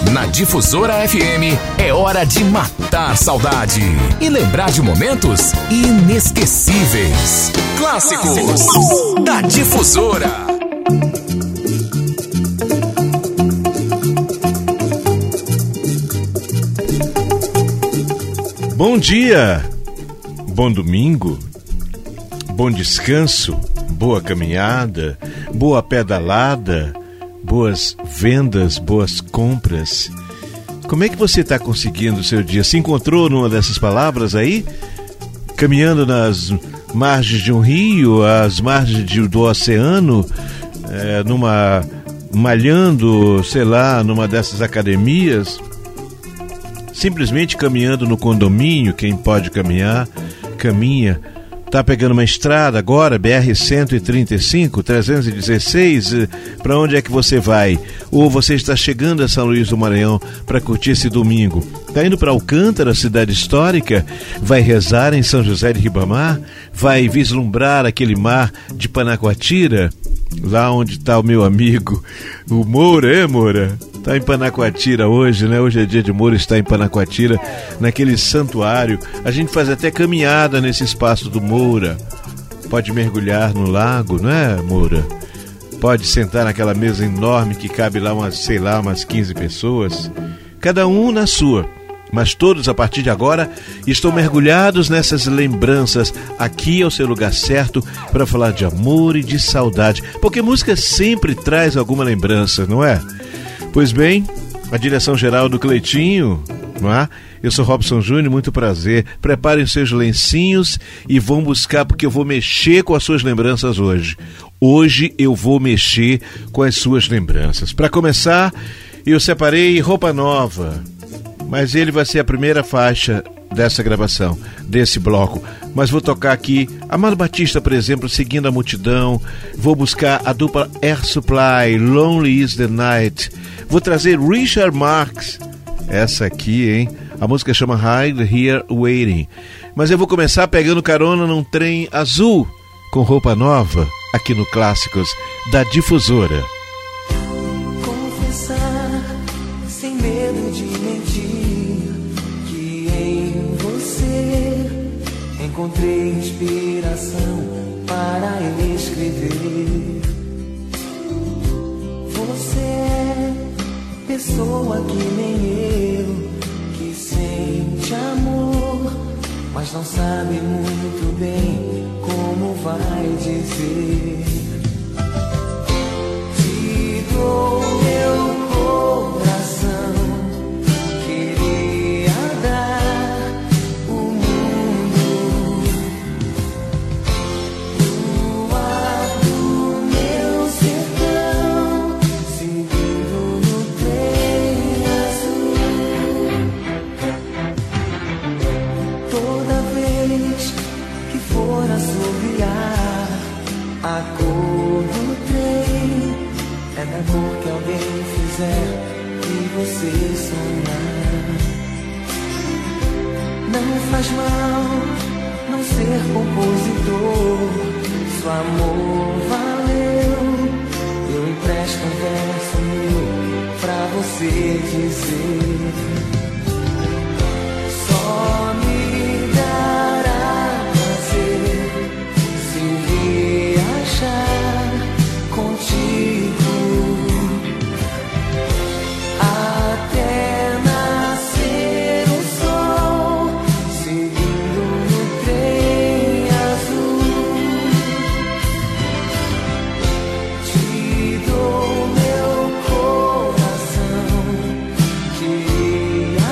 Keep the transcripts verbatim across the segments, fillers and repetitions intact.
Na Difusora F M é hora de matar saudade e lembrar de momentos inesquecíveis. Clássicos, Clássicos. Da Difusora. Bom dia, bom domingo, bom descanso, boa caminhada, boa pedalada, boas vendas, boas compras. Como é que você está conseguindo o seu dia? Se encontrou numa dessas palavras aí? Caminhando nas margens de um rio, às margens de, do oceano, é, numa, malhando, sei lá, numa dessas academias, simplesmente caminhando no condomínio. Quem pode caminhar, caminha. Tá pegando uma estrada agora, B R cento e trinta e cinco, trezentos e dezesseis, para onde é que você vai? Ou você está chegando a São Luís do Maranhão para curtir esse domingo? Está indo para Alcântara, cidade histórica? Vai rezar em São José de Ribamar? Vai vislumbrar aquele mar de Panacoatira? Lá onde está o meu amigo, o Moura, é Moura? Está em Panacoatira hoje, né? Hoje é dia de Moura, está em Panacoatira, naquele santuário. A gente faz até caminhada nesse espaço do Moura. Pode mergulhar no lago, não é, Moura? Pode sentar naquela mesa enorme que cabe lá umas, sei lá, umas quinze pessoas. Cada um na sua. Mas todos, a partir de agora, estão mergulhados nessas lembranças. Aqui é o seu lugar certo para falar de amor e de saudade. Porque música sempre traz alguma lembrança, não é? Pois bem, a direção geral do Cleitinho, não é? Eu sou Robson Júnior, muito prazer. Preparem seus lencinhos e vão buscar, porque eu vou mexer com as suas lembranças hoje. Hoje eu vou mexer com as suas lembranças. Para começar, eu separei Roupa Nova, mas ele vai ser a primeira faixa dessa gravação, desse bloco. Mas vou tocar aqui Amado Batista, por exemplo, Seguindo a Multidão. Vou buscar a dupla Air Supply, Lonely is the Night. Vou trazer Richard Marx, essa aqui, hein? A música chama Hide Here Waiting. Mas eu vou começar pegando carona num trem azul com Roupa Nova, aqui no Clássicos da Difusora. Confessar sem medo de mentir que em você encontrei inspiração para escrever. Você é pessoa que nem eu, que sente amor, mas não sabe muito bem como vai dizer. Te dou meu coração, queria dar o mundo, o ar do meu sertão, seguindo no trem azul. Toda vez que for assobiar, a cor do trem é da cor que alguém fizer e você sonhar. Não faz mal não ser compositor, se o amor valeu, eu empresto um verso meu pra você dizer. Só me dará prazer se viajar contigo até nascer o sol, seguindo no trem azul. Te dou meu coração, queria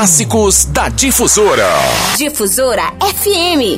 Clássicos da Difusora. Difusora F M.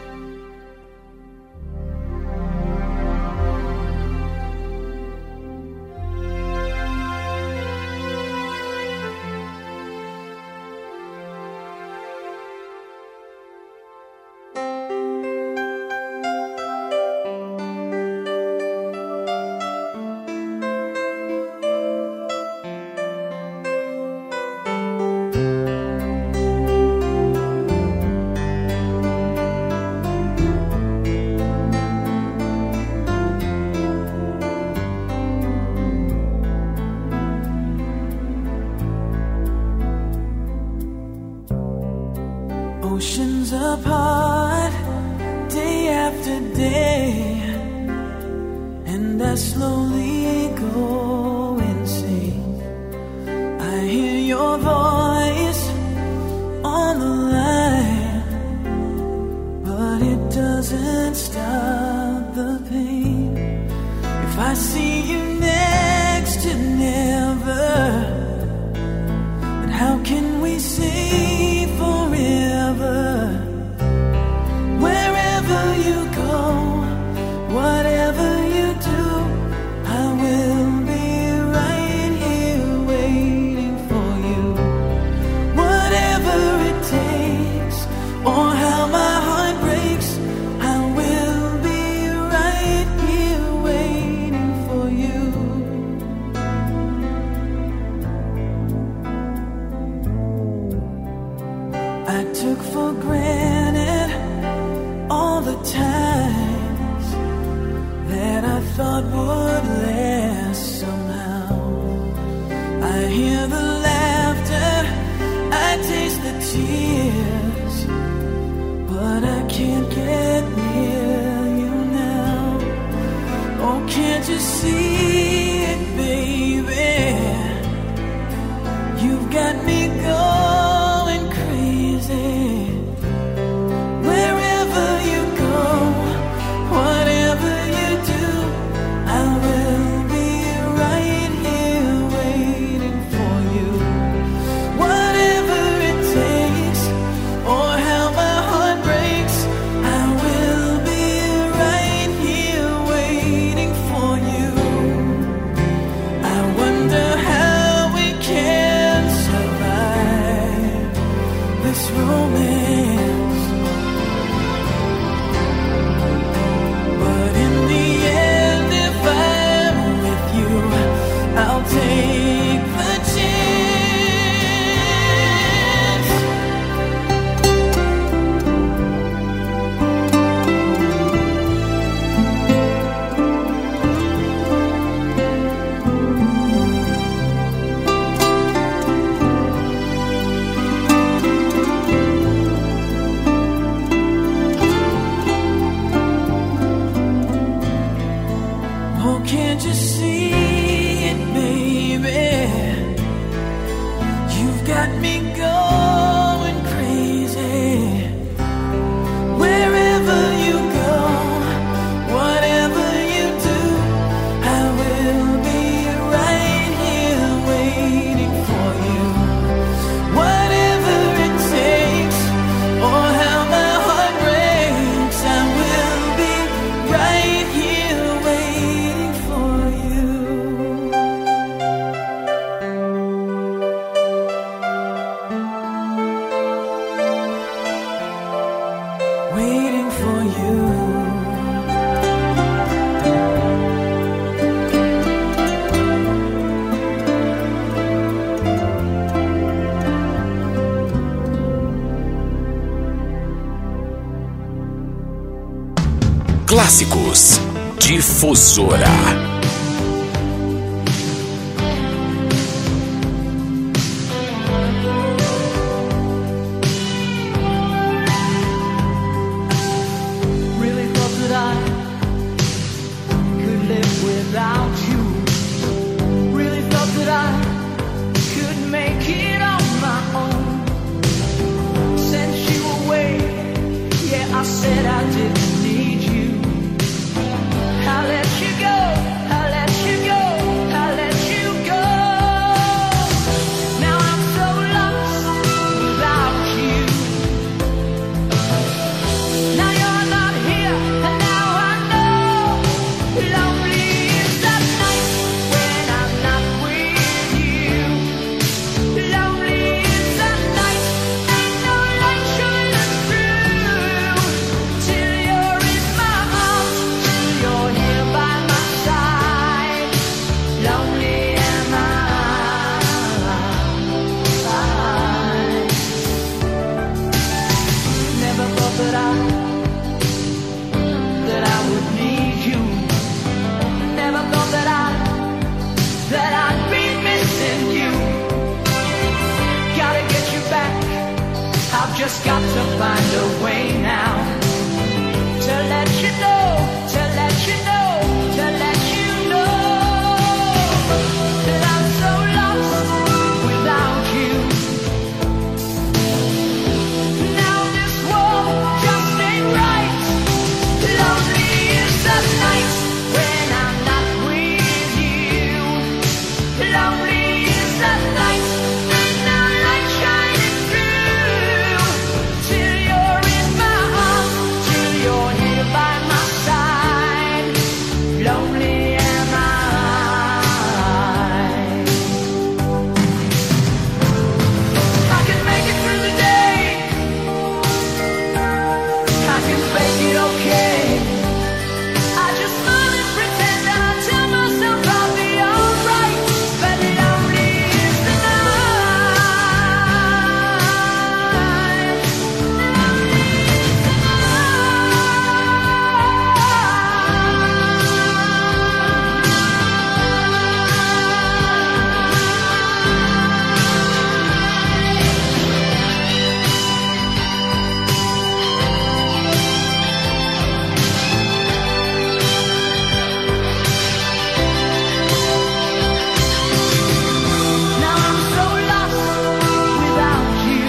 Oceans apart, day after day, and I slowly go insane. I hear your voice on the line, but it doesn't stop the pain. If I see you next to never, then how can we say forever? Wherever you go, whatever you do, I will be right here waiting for you. Whatever it takes, or how my heart breaks, I will be right here waiting for you. I took for granted all the times that I thought would last somehow. I hear the laughter, I taste the tears, but I can't get near you now. Oh, can't you see it, baby? You've got me going crazy. Wherever you go, whatever you do, I will be right here waiting for you. Whatever it takes, or how my heart breaks, I will be right here waiting for you. I wonder how we can survive this romance, but in the end, if I'm with you, I'll take the chance. Oh, can't you see it, baby? You've got me going crazy. Wherever you go, whatever you do, I will be right here waiting for you. Whatever it takes, or how my heart breaks, I will be right here waiting for you. Waiting for you. Clássicos Difusora. Really thought that I could live without you. Really thought that I could make it on my own. Sent you away, yeah, I said I didn't need you. I let you go, I let I've just got to find a way now to let you know, to let you know, to let you know that I'm so lost without you. Now this world just ain't right. Lonely is the night when I'm not with you. Lonely is the night, there's no light shining through. Till you're in my arms, till you're here by my side. Lonely am I. I can make it through the day, I can fake it okay. I just smile and pretend and I tell myself I'll be alright. But lonely is the night. Lonely is the Now I'm so lost without you.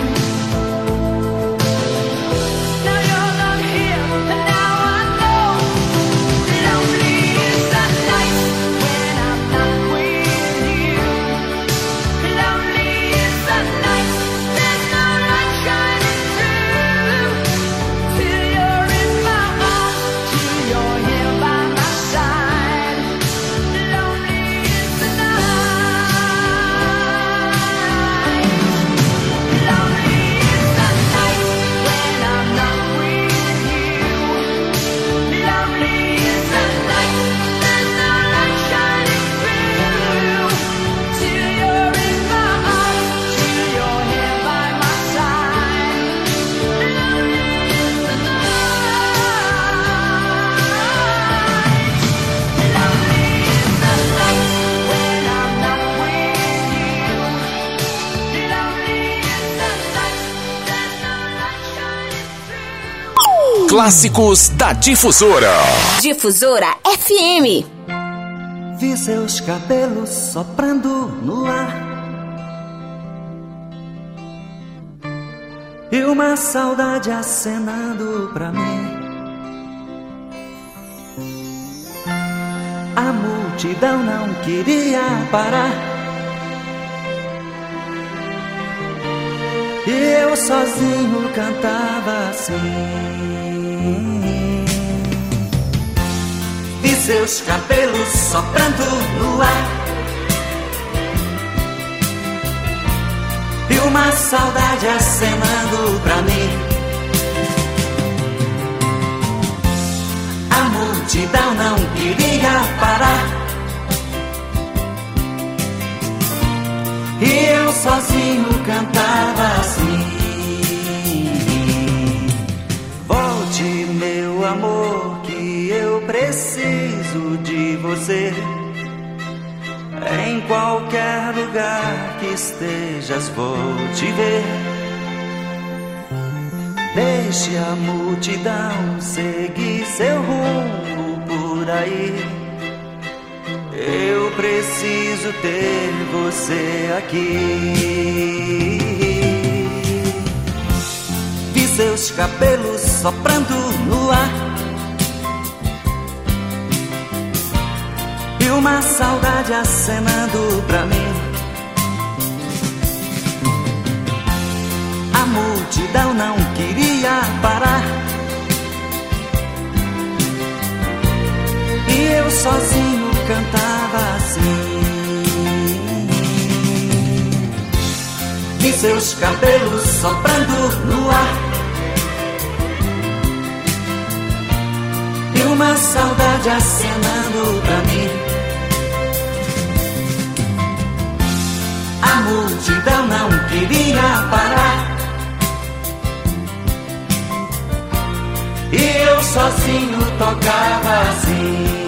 Now you're not here, and now I know. Lonely is the night when I'm not with you. Lonely is the night, there's no light shining through. Till you're in my arms, till you're here by my side. Lonely is the night. Lonely is the night when I'm not with you. Lonely is the night, there's no light shining through. Till you're in my arms, till you're here by my side. Lonely is the night. Lonely is the night when I'm not with you. Lonely is the night, there's no light shining through. Clássicos da Difusora. Difusora F M. Vi seus cabelos soprando no ar e uma saudade acenando pra mim. A multidão não queria parar e eu sozinho cantava assim. Vi seus cabelos soprando no ar e uma saudade acenando pra mim. A multidão não queria parar e eu sozinho cantava assim. Volte, meu amor, que eu preciso de você. Em qualquer lugar que estejas, vou te ver. Deixe a multidão seguir seu rumo por aí. Eu preciso ter você aqui. Vi seus cabelos soprando no ar e uma saudade acenando pra mim. A multidão não queria parar e eu sozinho cantava assim. Vi seus cabelos soprando no ar e uma saudade acenando pra mim. A multidão não queria parar e eu sozinho tocava assim.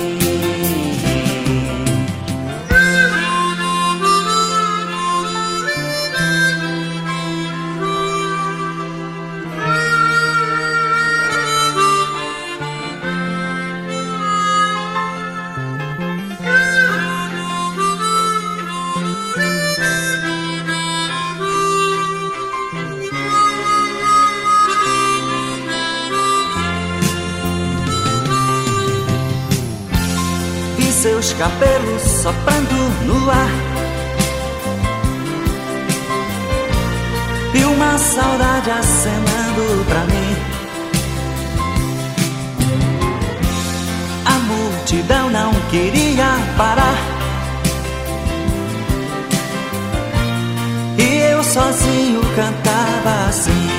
seus cabelos soprando no ar, e uma saudade acenando pra mim. A multidão não queria parar, e eu sozinho cantava assim.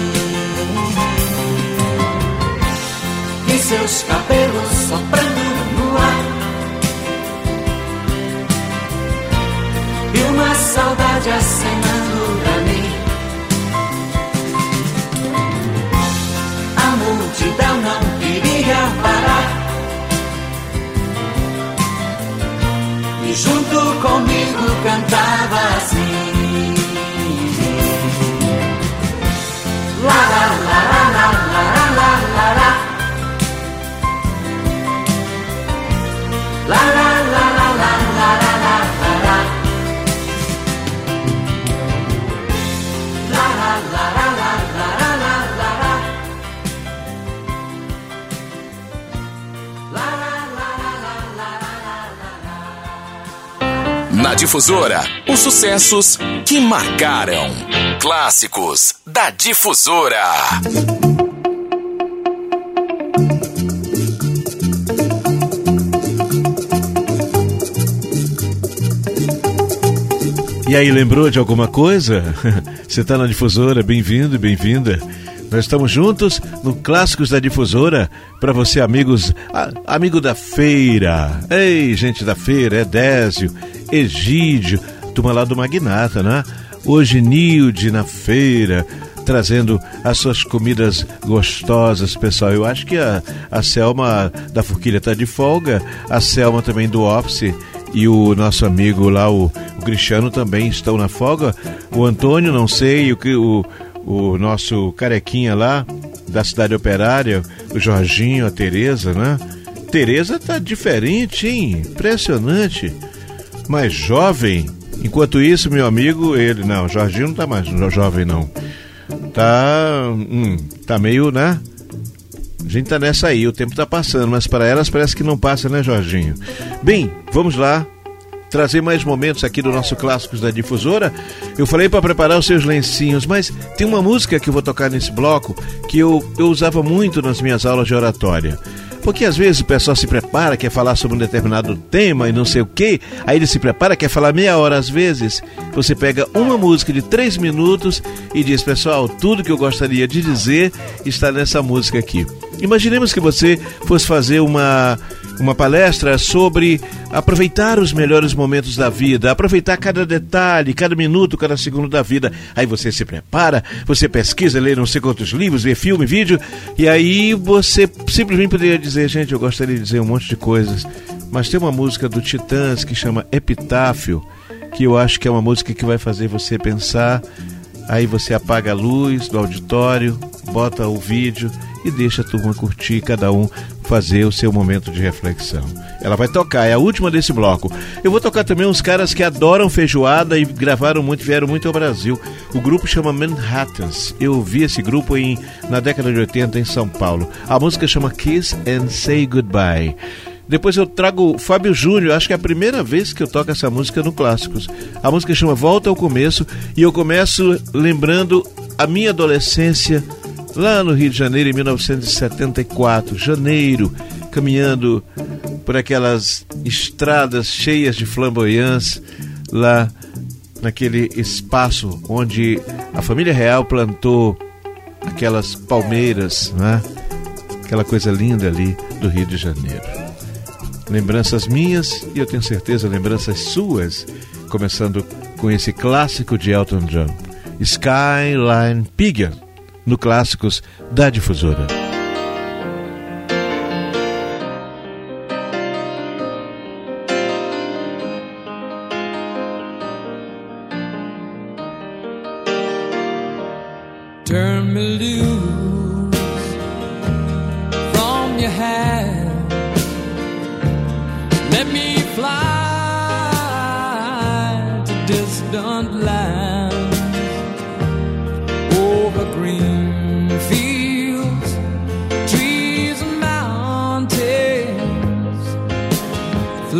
E seus cabelos soprando no ar, e uma saudade acenando pra mim. A multidão não queria parar, e junto comigo cantava assim. La la la la la la la la la. La la la la la la la la la. La la la la la la la la la. La la la la la la la. Na Difusora, os sucessos que marcaram. Clássicos da Difusora. E aí, lembrou de alguma coisa? Você está na Difusora, bem-vindo e bem-vinda. Nós estamos juntos no Clássicos da Difusora, para você, amigos, a, amigo da feira. Ei, gente da feira, Edésio, Egídio, turma lá do Magnata, né? Hoje, Nilde na feira, trazendo as suas comidas gostosas, pessoal. Eu acho que a, a Selma da Forquilha está de folga, a Selma também do Office, e o nosso amigo lá, o, o Cristiano, também estão na folga. O Antônio, não sei, o, o, o nosso carequinha lá, da Cidade Operária, o Jorginho, a Tereza, né? Tereza tá diferente, hein? Impressionante. Mais jovem. Enquanto isso, meu amigo, ele... Não, o Jorginho não tá mais jovem, não. Tá... Hum, tá meio, né? A gente tá nessa aí, o tempo tá passando, mas para elas parece que não passa, né, Jorginho? Bem, vamos lá trazer mais momentos aqui do nosso Clássicos da Difusora. Eu falei para preparar os seus lencinhos, mas tem uma música que eu vou tocar nesse bloco que eu, eu usava muito nas minhas aulas de oratória. Porque às vezes o pessoal se prepara, quer falar sobre um determinado tema e não sei o quê, aí ele se prepara, quer falar meia hora às vezes. Você pega uma música de três minutos e diz: pessoal, tudo que eu gostaria de dizer está nessa música aqui. Imaginemos que você fosse fazer uma, uma palestra sobre aproveitar os melhores momentos da vida, aproveitar cada detalhe, cada minuto, cada segundo da vida. Aí você se prepara, você pesquisa, lê não sei quantos livros, vê filme, vídeo, e aí você simplesmente poderia dizer: gente, eu gostaria de dizer um monte de coisas, mas tem uma música do Titãs que chama Epitáfio, que eu acho que é uma música que vai fazer você pensar. Aí você apaga a luz do auditório, bota o vídeo e deixa a turma curtir, cada um fazer o seu momento de reflexão. Ela vai tocar, é a última desse bloco. Eu vou tocar também uns caras que adoram feijoada e gravaram muito, vieram muito ao Brasil. O grupo chama Manhattans. Eu vi esse grupo em, na década de oitenta em São Paulo. A música chama Kiss and Say Goodbye. Depois eu trago Fábio Júnior, acho que é a primeira vez que eu toco essa música no Clássicos. A música chama Volta ao Começo, e eu começo lembrando a minha adolescência lá no Rio de Janeiro em mil novecentos e setenta e quatro, janeiro, caminhando por aquelas estradas cheias de flamboyance, lá naquele espaço onde a família real plantou aquelas palmeiras, né? Aquela coisa linda ali do Rio de Janeiro. Lembranças minhas e eu tenho certeza lembranças suas, começando com esse clássico de Elton John, Skyline Pigeon, no Clássicos da Difusora. Turn me loose from your hand. Let me fly to distant lands, over green fields, trees and mountains,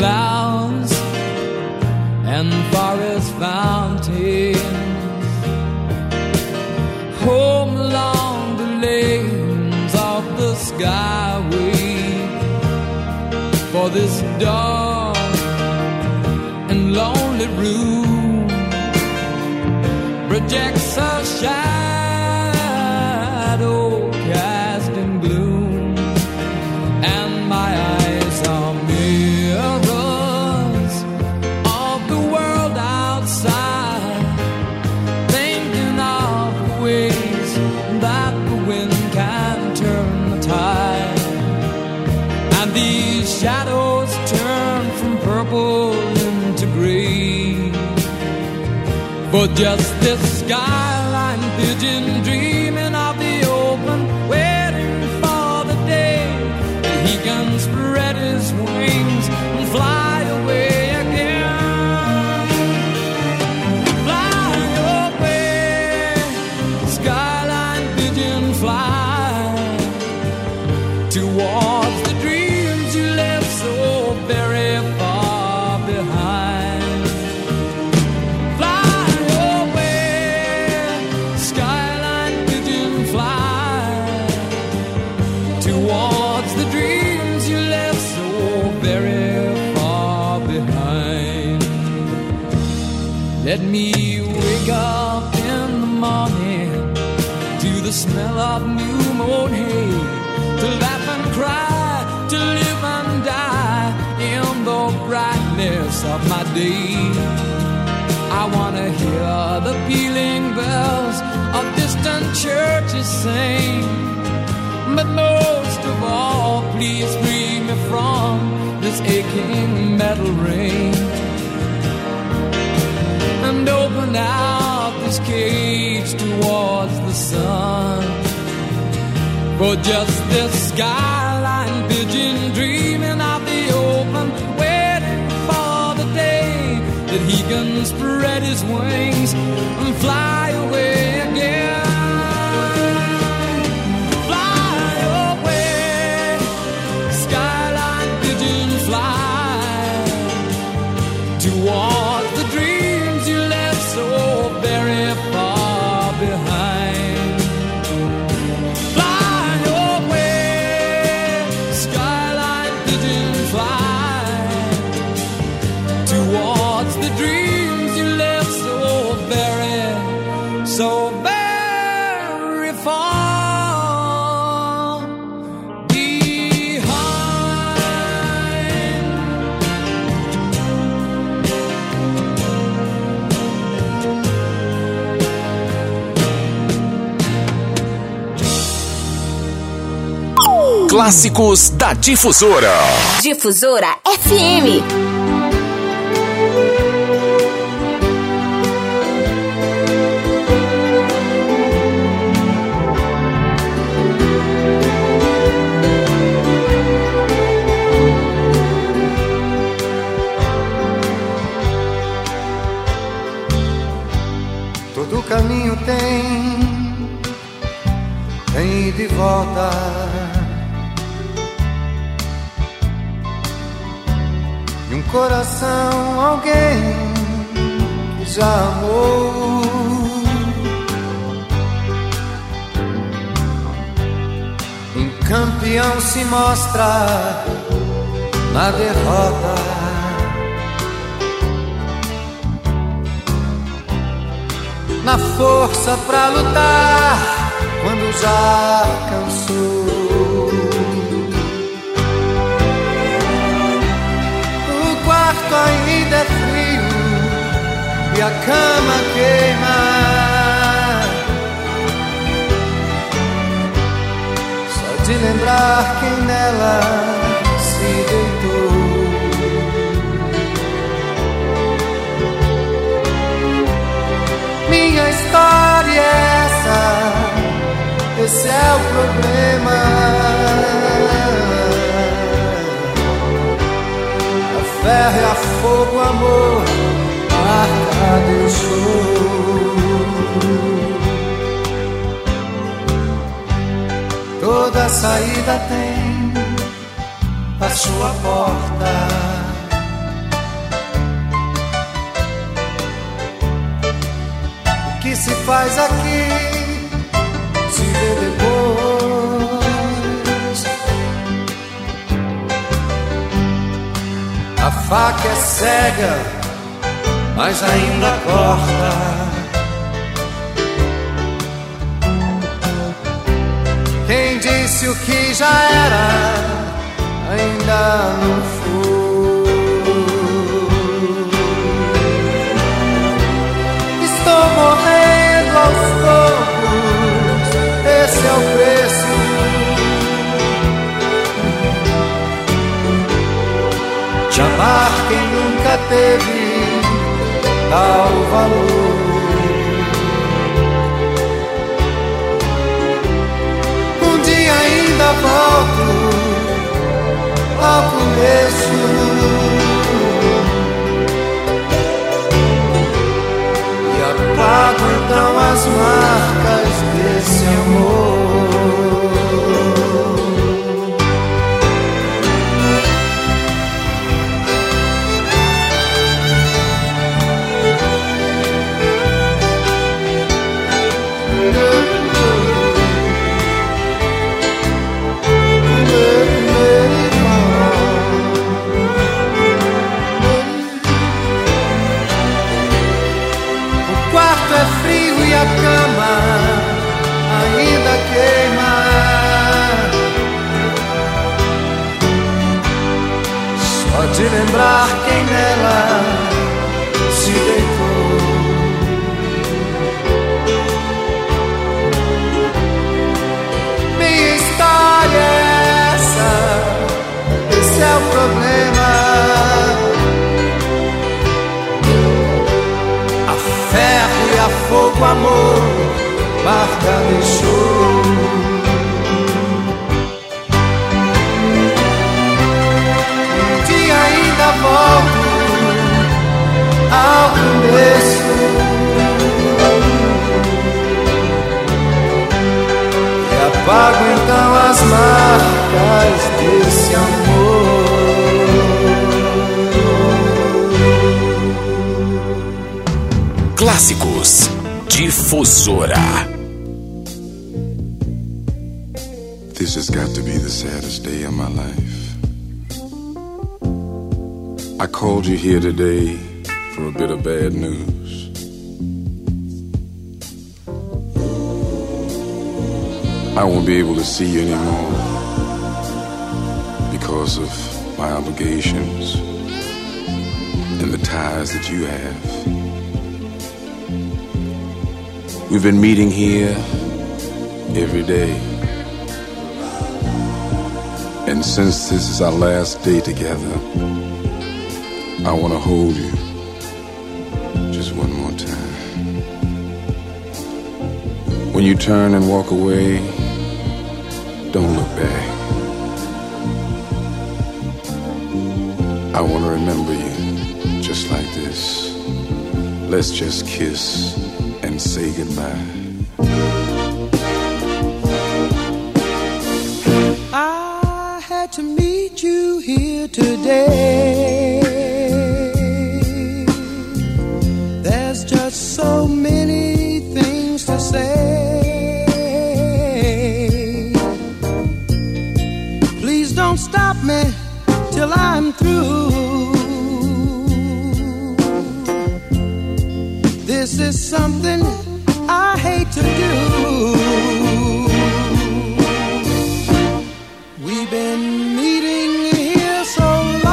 home along the lanes of the skyway, for this dark and lonely room projects a shadow cast in gloom, and my eyes are mirrors of the world outside, thinking of the ways that the wind can turn the tide, and these shadows turn from purple into gray, for just this skyline pigeon dreaming of the open, waiting for the day that he can spread his wings and fly away again. Fly away, skyline pigeon, fly towards the dreams you left so very far behind. Fly away, skyline pigeon, fly towards the dreams you left so very far behind. Let me wake up in the morning to the smell of new mown hay, to laugh and cry, to live and die in the brightness of my day. I wanna hear the pealing bells of distant churches sing, but most of all, please free me from this aching metal ring, and open out this cage towards the sun, for just this skyline pigeon dreaming of the open, waiting for the day that he can spread his wings and fly away again. Fly away, skyline pigeon, fly towards the dreams you left so very far behind. Fly away, skyline pigeon, fly towards the dreams you left so very, so very far behind. Clássicos da Difusora. Difusora F M. Todo caminho tem, tem ida e volta. E um coração, alguém que já amou. Um campeão se mostra na derrota. Na força pra lutar quando já cansou. O quarto ainda é frio e a cama queima. Só de lembrar quem nela se deitou. Minha história é essa, esse é o problema. A ferro e a fogo, o amor, marca deixou. Toda saída tem a sua porta. O que se faz aqui faca é cega, mas ainda corta. Quem disse o que já era, ainda não foi. Estou morrendo aos poucos, esse é o preço. De amar quem nunca teve tal valor. Um dia ainda volto ao começo e apago então as marcas desse amor. E a cama ainda queima. Só de lembrar quem nela se deitou. Minha história é essa, esse é o problema. A ferro e a fogo, amor, marca deixou. Um dia ainda volto ao começo e apago então as marcas desse amor. Clássicos Difusora. This has got to be the saddest day of my life. I called you here today for a bit of bad news. I won't be able to see you anymore because of my obligations and the ties that you have. We've been meeting here every day. And since this is our last day together, I want to hold you just one more time. When you turn and walk away, don't look back. I want to remember you just like this. Let's just kiss and say goodbye. I had to meet you here today. There's just so many things to say. Please don't stop me till I'm through. This is something I hate to do. We've been meeting here so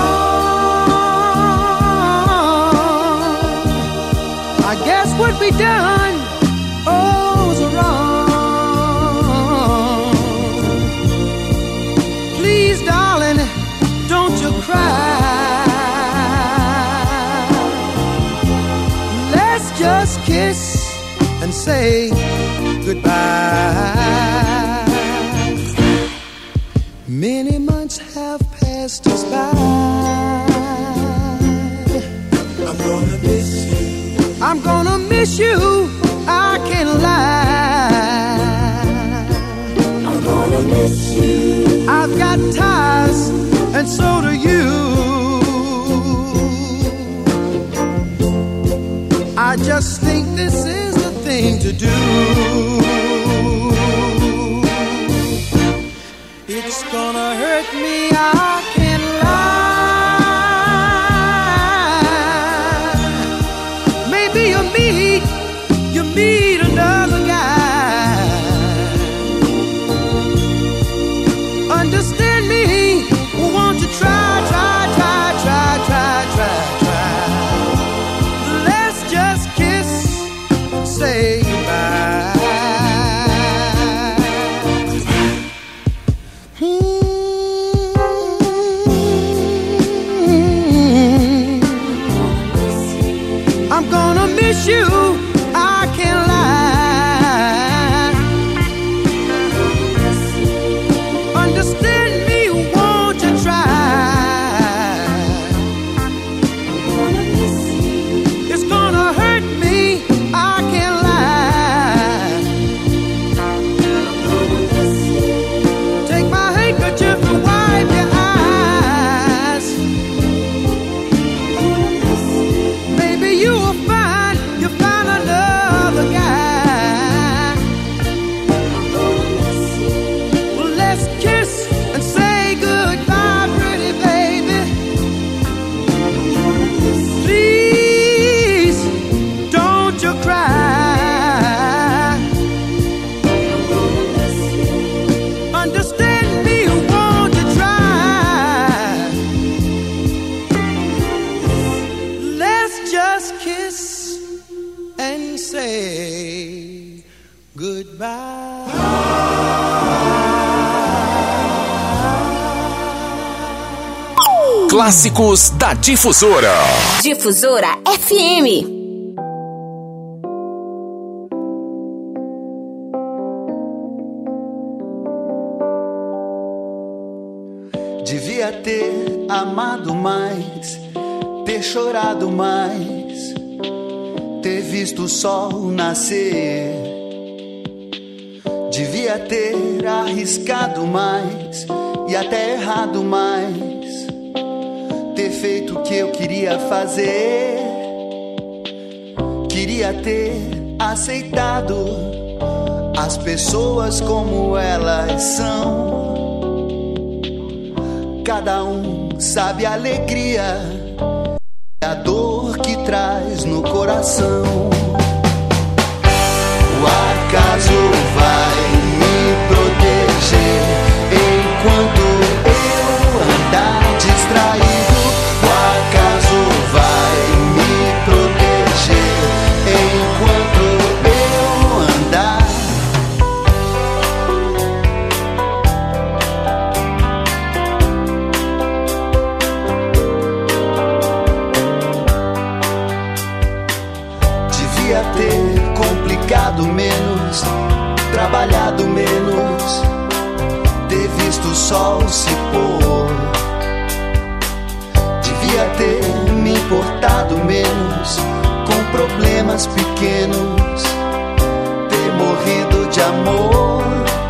long. I guess what we done, oh, was wrong. Please, darling, don't you cry. Let's just kiss and say goodbye. Many months have passed us by. I'm gonna miss you. I'm gonna miss you. I can't lie. I'm gonna miss you. I've got ties, and so do you. I just think this is the thing to do. It's gonna hurt me, I can't lie. Clássicos da Difusora. Difusora F M. Devia ter amado mais, ter chorado mais, ter visto o sol nascer. Devia ter arriscado mais e até errado mais, ter feito o que eu queria fazer. Queria ter aceitado as pessoas como elas são. Cada um sabe a alegria e a dor que traz no coração. O acaso vai me proteger enquanto eu andar distraído. O acaso vai me proteger enquanto eu andar. Devia ter complicado menos, trabalhado menos, ter visto o sol se pôr. Devia ter me importado menos com problemas pequenos, ter morrido de amor.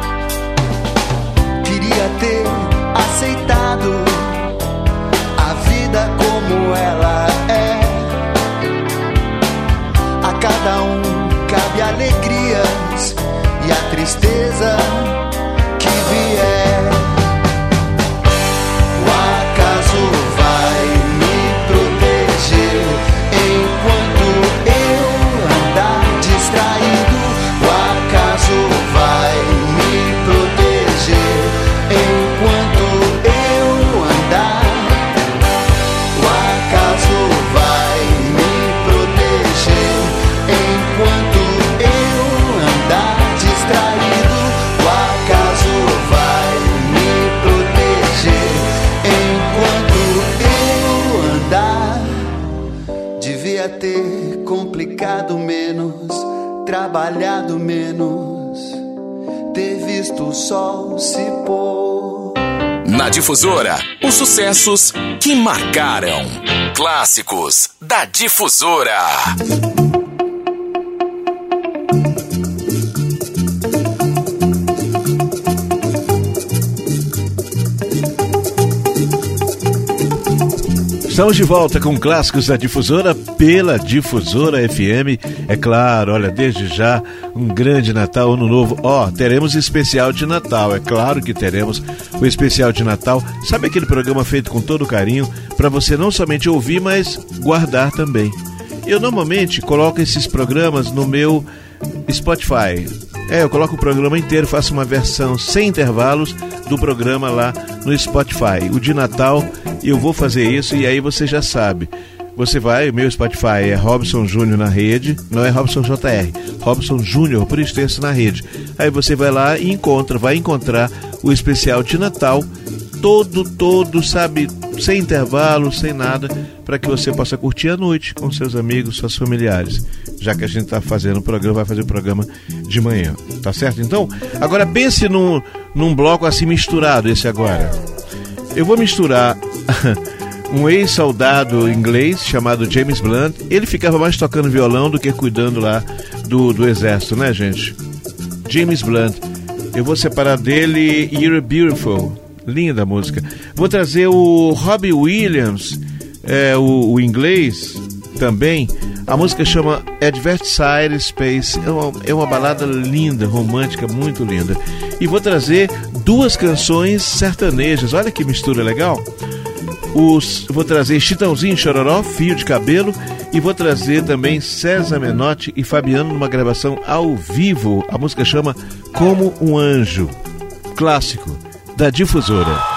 Queria ter aceitado a vida como ela é. A cada um cabe alegrias e a tristeza que vier. O acaso vai me proteger enquanto eu andar distraído. O acaso vai me proteger enquanto eu andar. O acaso vai me proteger enquanto eu andar distraído. O acaso vai me proteger enquanto eu andar. Devia ter complicado menos, trabalhado menos, ter visto o sol se pôr. Na Difusora, os sucessos que marcaram. Clássicos da Difusora. Estamos de volta com Clássicos da Difusora pela Difusora F M. É claro, olha, desde já, um grande Natal, Ano Novo. Ó, teremos especial de Natal, é claro que teremos o especial de Natal. Sabe aquele programa feito com todo carinho, para você não somente ouvir, mas guardar também. Eu normalmente coloco esses programas no meu Spotify. É, eu coloco o programa inteiro, faço uma versão sem intervalos do programa lá no Spotify. O de Natal eu vou fazer isso e aí você já sabe. Você vai, o meu Spotify é Robson Júnior na rede, não é Robson J R, Robson Júnior, por extenso, na rede. Aí você vai lá e encontra, vai encontrar o especial de Natal, todo, todo, sabe, sem intervalo, sem nada, para que você possa curtir a noite com seus amigos, seus familiares. Já que a gente está fazendo o programa, vai fazer o programa de manhã, tá certo? Então, agora pense num, num bloco assim misturado, esse agora. Eu vou misturar um ex-soldado inglês chamado James Blunt. Ele ficava mais tocando violão do que cuidando lá do, do exército, né, gente? James Blunt. Eu vou separar dele You're Beautiful. Linda música. Vou trazer o Robbie Williams, é, o, o inglês também. A música chama Advertising Space. É uma, é uma balada linda, romântica, muito linda. E vou trazer duas canções sertanejas. Olha que mistura legal. Os, vou trazer Chitãozinho e Chororó, Fio de Cabelo. E vou trazer também César Menotti e Fabiano numa gravação ao vivo. A música chama Como um Anjo. Clássico da Difusora.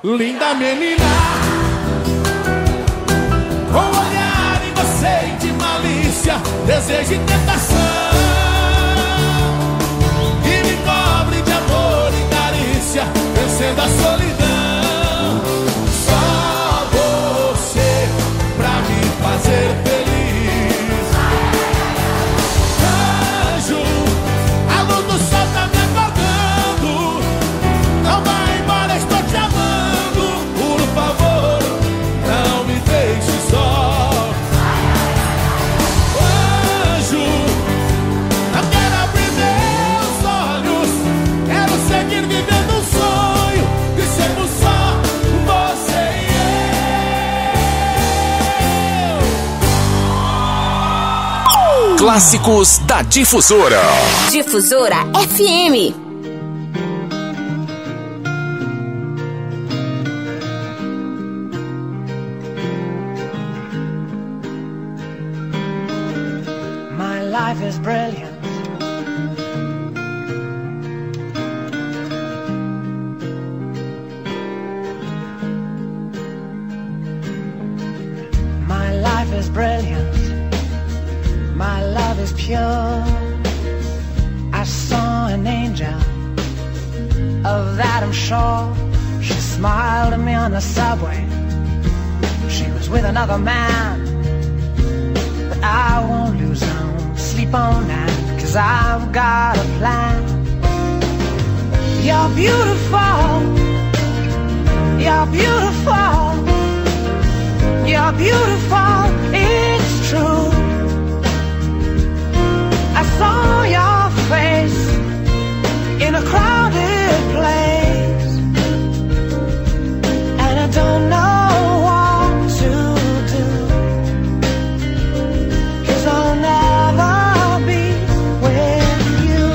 linda menina, com olhar inocente de malícia, desejo e tentação, que me cobre de amor e carícia, vencendo a solidão. Só você pra me fazer feliz. Anjo, a luz do sol tá me acordando, não vai embora, estou te amando. Por favor, não me deixe só. Anjo, não quero abrir meus olhos, quero seguir vivendo um sonho de sermos só você e eu. Clássicos da Difusora. Difusora F M. My life is brilliant. My life is brilliant. My love is pure. I saw an angel, of that I'm sure. She smiled at me on the subway. She was with another man, but I won't lose no sleep on that, 'cause I've got a plan. You're beautiful, you're beautiful, you're beautiful, it's true. I saw your face in a crowded place, and I don't know what to do, 'cause I'll never be with you.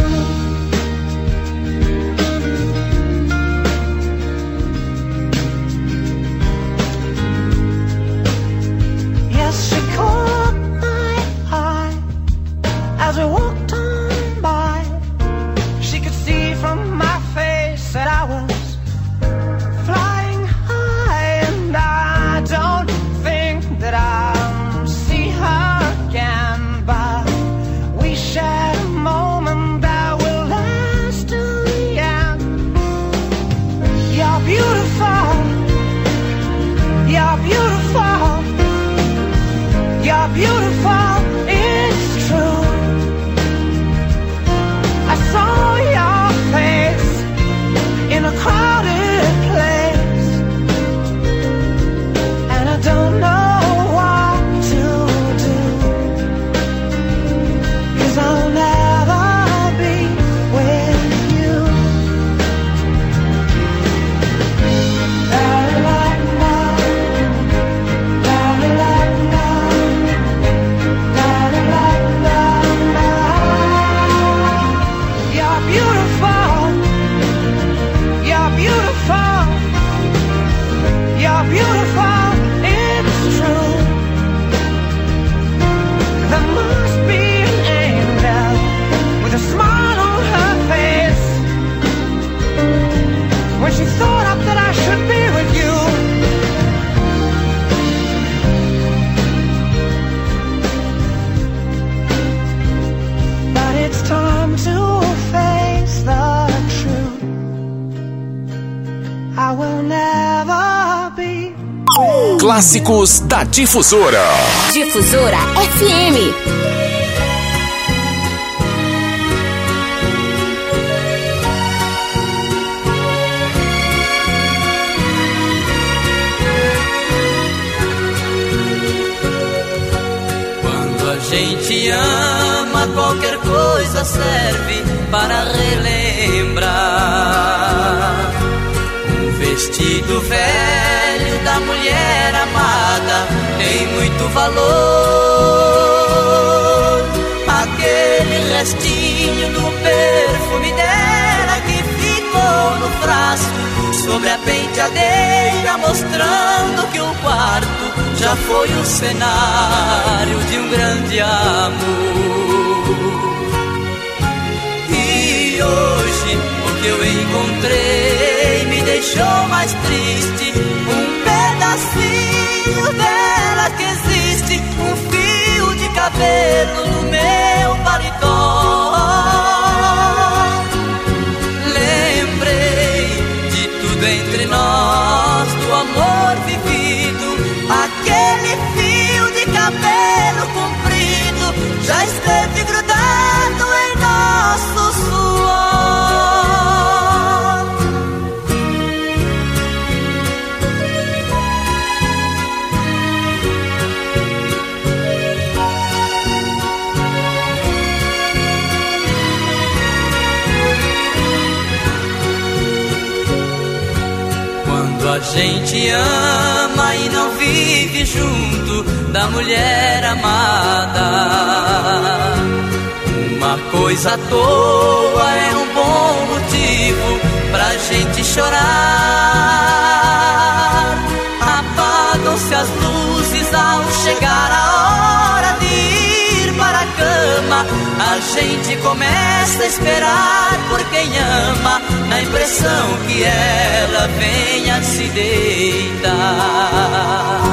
Yes, she caught my eye as we walked on by. She could see from my face that I was flying high, and I don't think that I'll see her again, but we shared a moment that will last till the end. You're beautiful, you're beautiful, you're beautiful, it's true. I saw your face in a crowded place, and I don't know what to do, 'cause I'll never be with you. La la la, la la la, la la la la. You're beautiful, you're beautiful, you're beautiful, it's true. There must be an angel with a smile on her face when she thought up that I should be with you. But it's time to face the truth. I will never be with Clássicos da Difusora. Difusora F M. Quando a gente ama, qualquer coisa serve para relembrar. Um vestido velho da mulher amada tem muito valor. Aquele restinho do perfume dela que ficou no frasco sobre a penteadeira, mostrando que o quarto já foi o cenário de um grande amor. E hoje o que eu encontrei me deixou mais triste Quando a gente ama e não vive junto da mulher amada, uma coisa à toa é um bom motivo pra gente chorar. Apagam-se as luzes ao chegar a hora de ir para a cama. A gente começa a esperar por quem ama, na impressão que ela venha se deitar.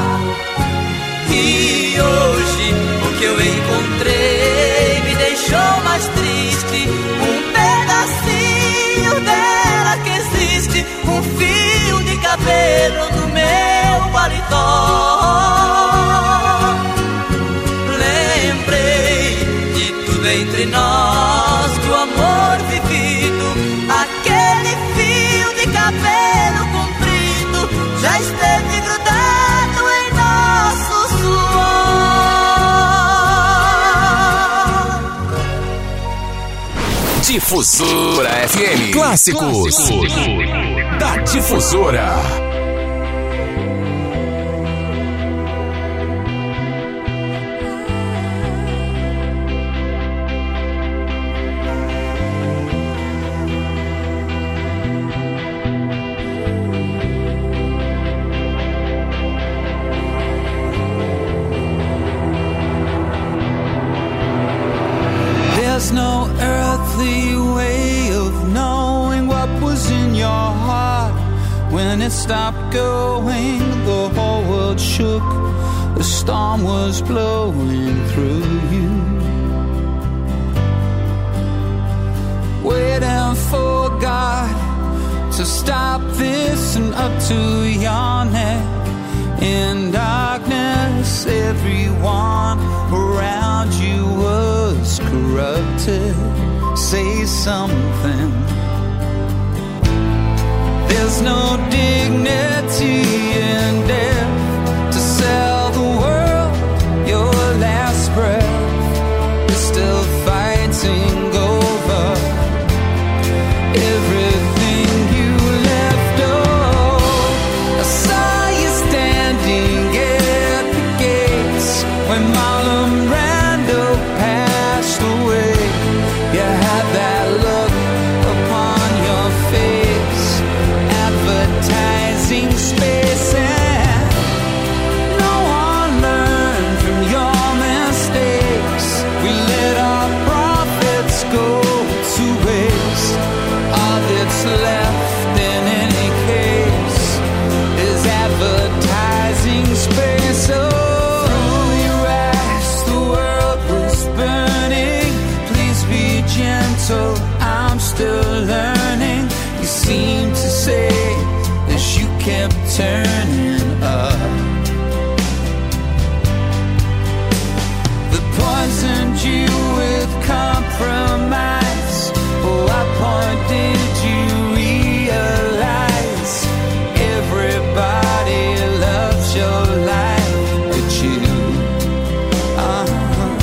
E hoje o que eu encontrei me deixou mais triste. Um pedacinho dela que existe, um fio de cabelo no meu paletó. Lembrei de tudo entre nós, do amor vivido. Aquele fio de cabelo comprido já esteve grudado em nosso suor. Difusora F M. Clássicos, Clássicos. da Difusora. There's no earthly way of knowing what was in your heart. When it stopped going, the whole world shook. The storm was blowing through you. Waiting for God to stop this and up to your neck. In darkness, everyone around you was corrupted. Say something. There's no dignity in death to sell the world your last breath. You're still fighting over everything you left. Oh, I saw you standing at the gates when Marlon Brando passed away. You had that look upon your face, advertising space, and no one learned from your mistakes. We let our profits go to waste. All that's left in any case is advertising space. Oh, your eyes, the world was burning. Please be gentle, I'm still learning. You seem to say as you kept turning up. They poisoned you with compromise. Oh, what point did you realize everybody loves your life but you? Uh-huh.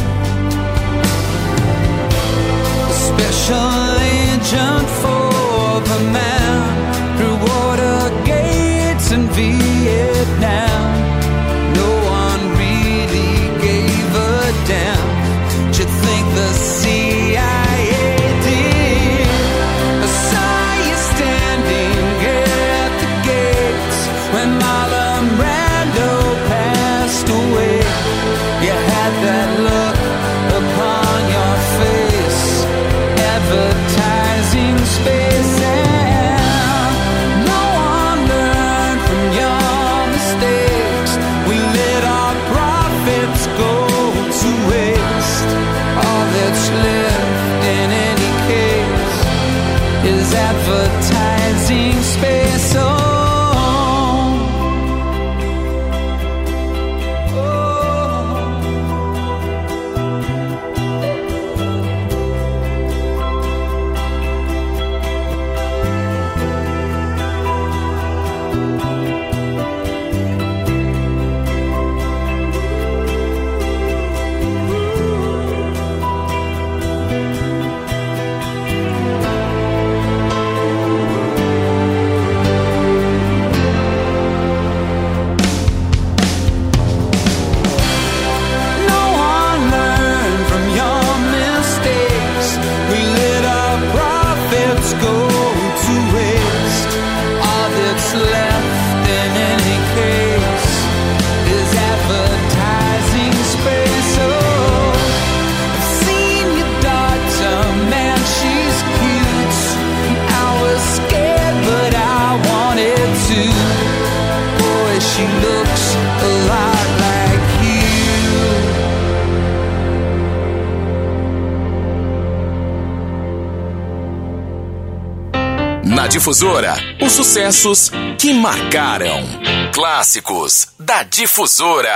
A special agent for the man through water gates in Vietnam. No one really gave a damn. Do you think the C I A did? I saw you standing at the gates when Marlon Brando passed away. You had that look upon your face, advertising space, and no one learned from your mistakes. Difusora, os sucessos que marcaram. Clássicos da Difusora.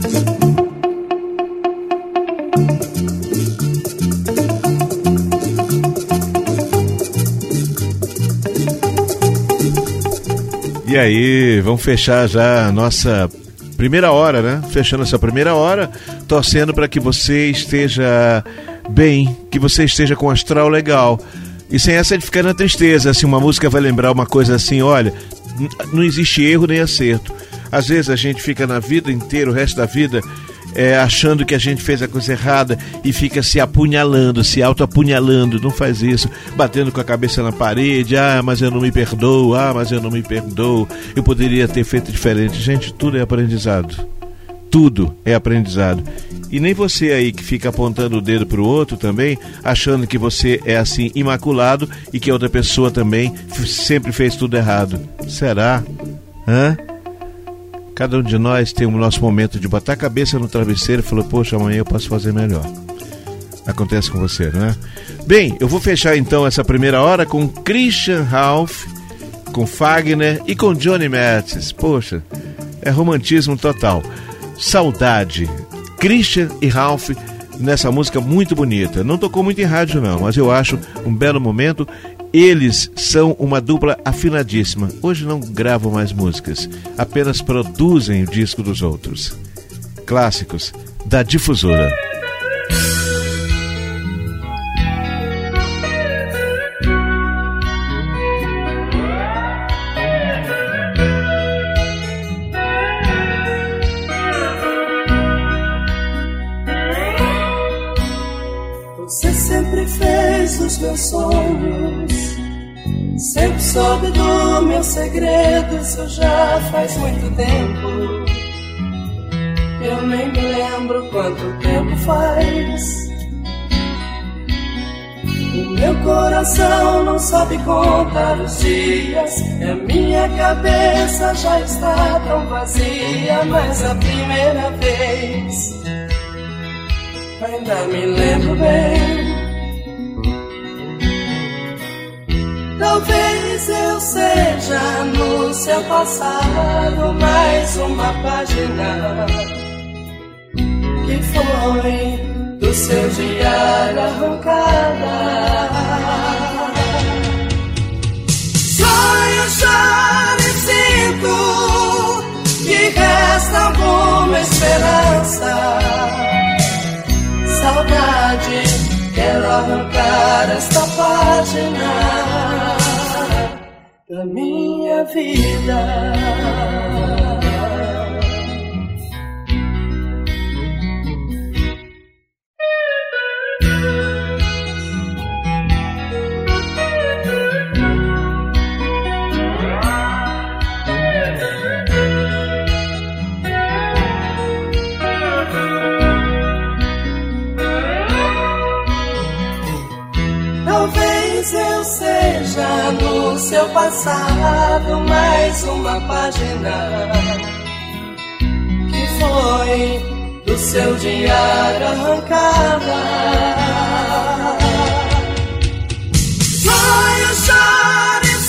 E aí, vamos fechar já a nossa primeira hora, né? Fechando essa primeira hora, torcendo para que você esteja bem, que você esteja com um astral legal. E sem essa de ficar na tristeza, assim, uma música vai lembrar uma coisa assim, olha, não existe erro nem acerto. Às vezes a gente fica na vida inteira, o resto da vida, é, achando que a gente fez a coisa errada e fica se apunhalando, se auto-apunhalando. Não faz isso, batendo com a cabeça na parede, ah, mas eu não me perdoo, ah, mas eu não me perdoo, eu poderia ter feito diferente. Gente, tudo é aprendizado. Tudo é aprendizado. E nem você aí que fica apontando o dedo pro outro também, achando que você é assim imaculado e que a outra pessoa também sempre fez tudo errado. Será? Hã? Cada um de nós tem o nosso momento de botar a cabeça no travesseiro e falar, poxa, amanhã eu posso fazer melhor. Acontece com você, não é? Bem, eu vou fechar então essa primeira hora com Christian Ralph, com Fagner e com Johnny Mathis. Poxa, é romantismo total. Saudade. Christian e Ralph nessa música muito bonita. Não tocou muito em rádio não, mas eu acho um belo momento. Eles são uma dupla afinadíssima. Hoje não gravam mais músicas, apenas produzem o disco dos outros. Clássicos da Difusora. Você sempre fez os meus sonhos, sempre soube do meu segredo. Isso já faz muito tempo, eu nem me lembro quanto tempo faz. O meu coração não sabe contar os dias, e a minha cabeça já está tão vazia. Mas a primeira vez ainda me lembro bem. Talvez eu seja no seu passado mais uma página que foi do seu diário arrancada. Sonho, choro e sinto que resta alguma esperança. Saudade, quero arrancar esta página da minha vida. Talvez eu seja no seu passado mais uma página que foi do seu diário arrancada. Sonho, choro e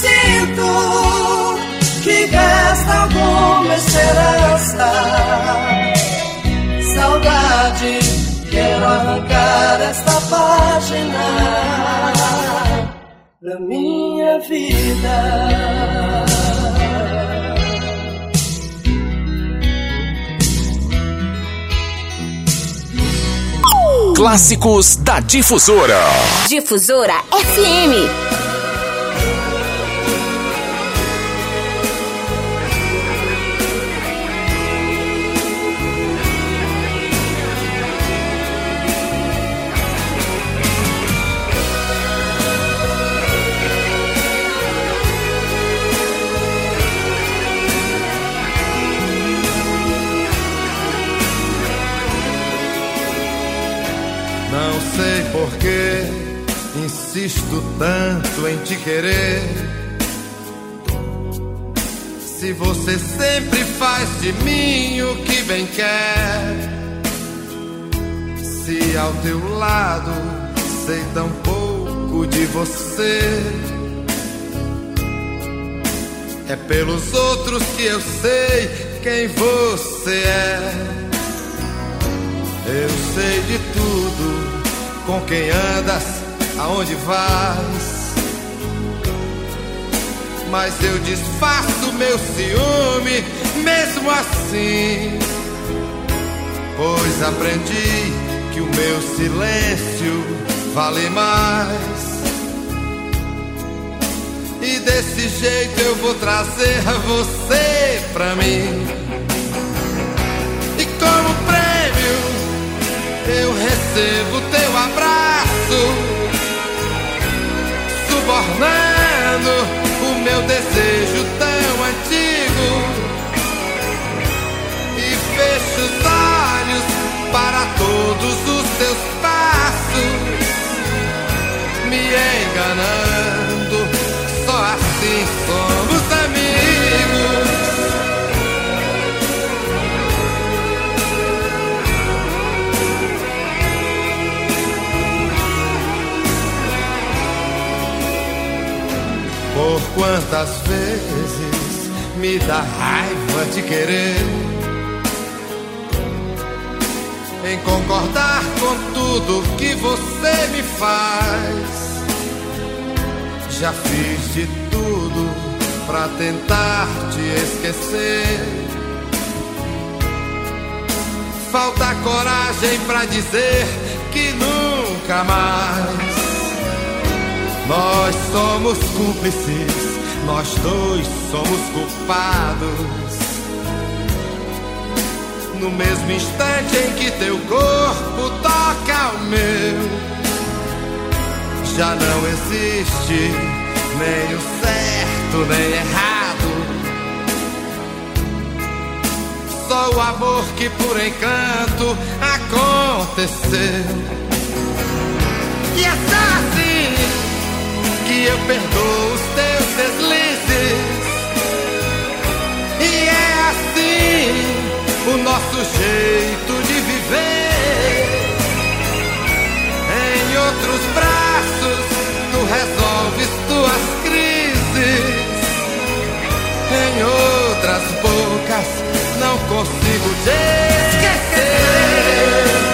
sinto que resta alguma esperança. Saudade, quero arrancar esta página da minha vida. Clássicos da Difusora. Difusora F M. Não sei por que insisto tanto em te querer, se você sempre faz de mim o que bem quer. Se ao teu lado sei tão pouco de você, É pelos outros que eu sei quem você é. Eu sei de tudo, com quem andas, aonde vais. Mas eu disfarço meu ciúme mesmo assim, pois aprendi que o meu silêncio vale mais. E desse jeito eu vou trazer você pra mim. E como prêmio eu recebo teu abraço, subornando o meu desejo tão antigo. E fecho os olhos para todos os teus passos, me enganando. Só assim somos amigos. Por quantas vezes me dá raiva de querer em concordar com tudo que você me faz. Já fiz de tudo pra tentar te esquecer. Falta coragem pra dizer que nunca mais. Nós somos cúmplices, nós dois somos culpados. No mesmo instante em que teu corpo toca o meu, já não existe nem o certo nem errado. Só o amor que por encanto aconteceu. E é só assim que eu perdoo os teus deslizes. E é assim o nosso jeito de viver. Em outros braços tu resolves tuas crises. Em outras bocas não consigo te esquecer.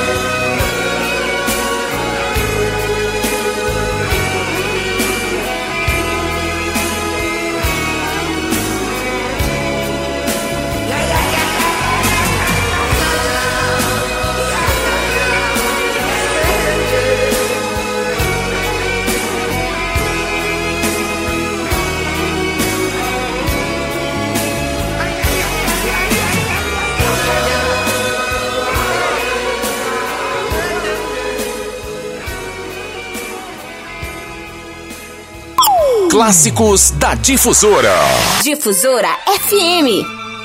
Clássicos da Difusora. Difusora F M.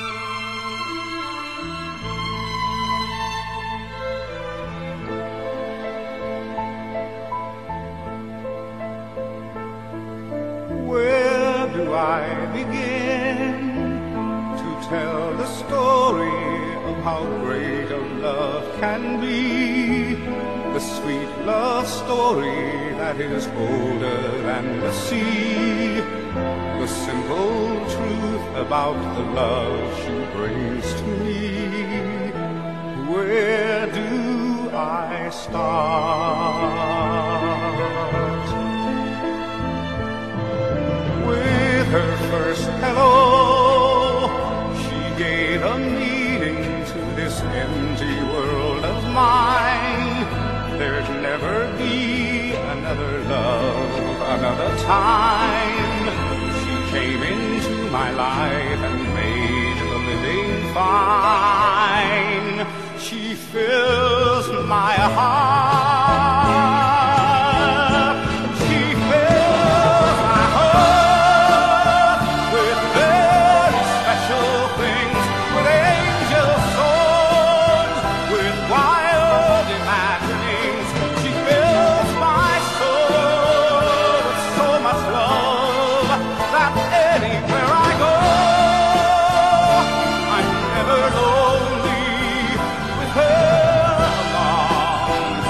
Where do I begin to tell the story of how great a love can be? The sweet love story that is older than the sea. The simple truth about the love she brings to me. Where do I start? With her first hello, she gave a meaning to this empty world of mine. There'd never be another love, another time. She came into my life and made the living fine. She fills my heart. She fills my heart with very special things, with angel songs, with wild imaginings. She fills my soul with so much love that anywhere I go, I'm never lonely with her along.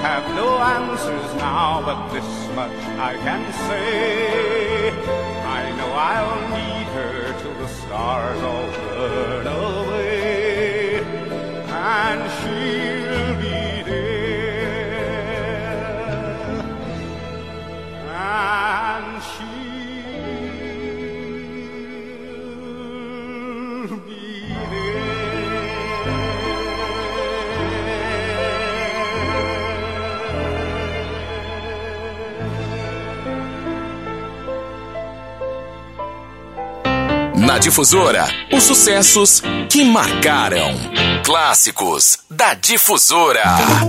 have no answers now, but this much I can say. I know I'll need her till the stars all burn away, and she'll be there, and she'll be Na Difusora, os sucessos que marcaram. Clássicos da Difusora.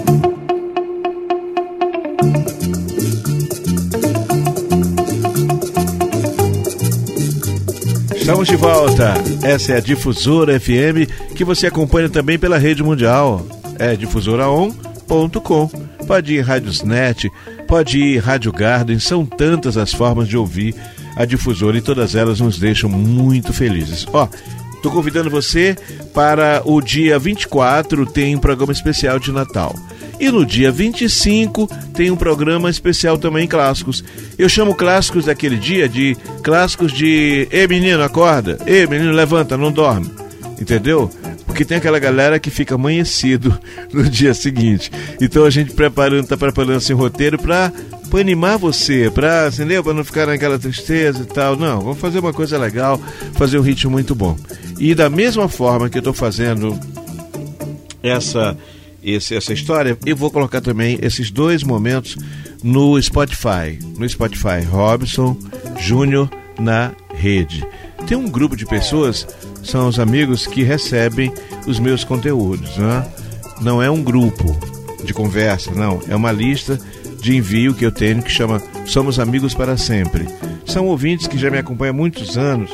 Estamos de volta. Essa é a Difusora F M, que você acompanha também pela rede mundial. É difusora on ponto com. Pode ir Radiosnet, pode ir Rádio Garden, são tantas as formas de ouvir a Difusora e todas elas nos deixam muito felizes. Ó, tô convidando você para o dia vinte e quatro, tem um programa especial de Natal. E no dia vinte e cinco tem um programa especial também, clássicos. Eu chamo clássicos daquele dia de clássicos de Ei menino, acorda, ei menino, levanta, não dorme. Entendeu? Porque tem aquela galera que fica amanhecido no dia seguinte. Então a gente preparando, tá preparando esse roteiro para para animar você, para, entendeu? Para não ficar naquela tristeza e tal. Não, vamos fazer uma coisa legal, fazer um ritmo muito bom. E da mesma forma que eu estou fazendo essa, esse, essa história, eu vou colocar também esses dois momentos no Spotify. No Spotify, Robson Júnior na rede. Tem um grupo de pessoas, são os amigos que recebem os meus conteúdos, né? Não é um grupo de conversa, não. É uma lista de envio que eu tenho que chama Somos Amigos para Sempre. São ouvintes que já me acompanham há muitos anos.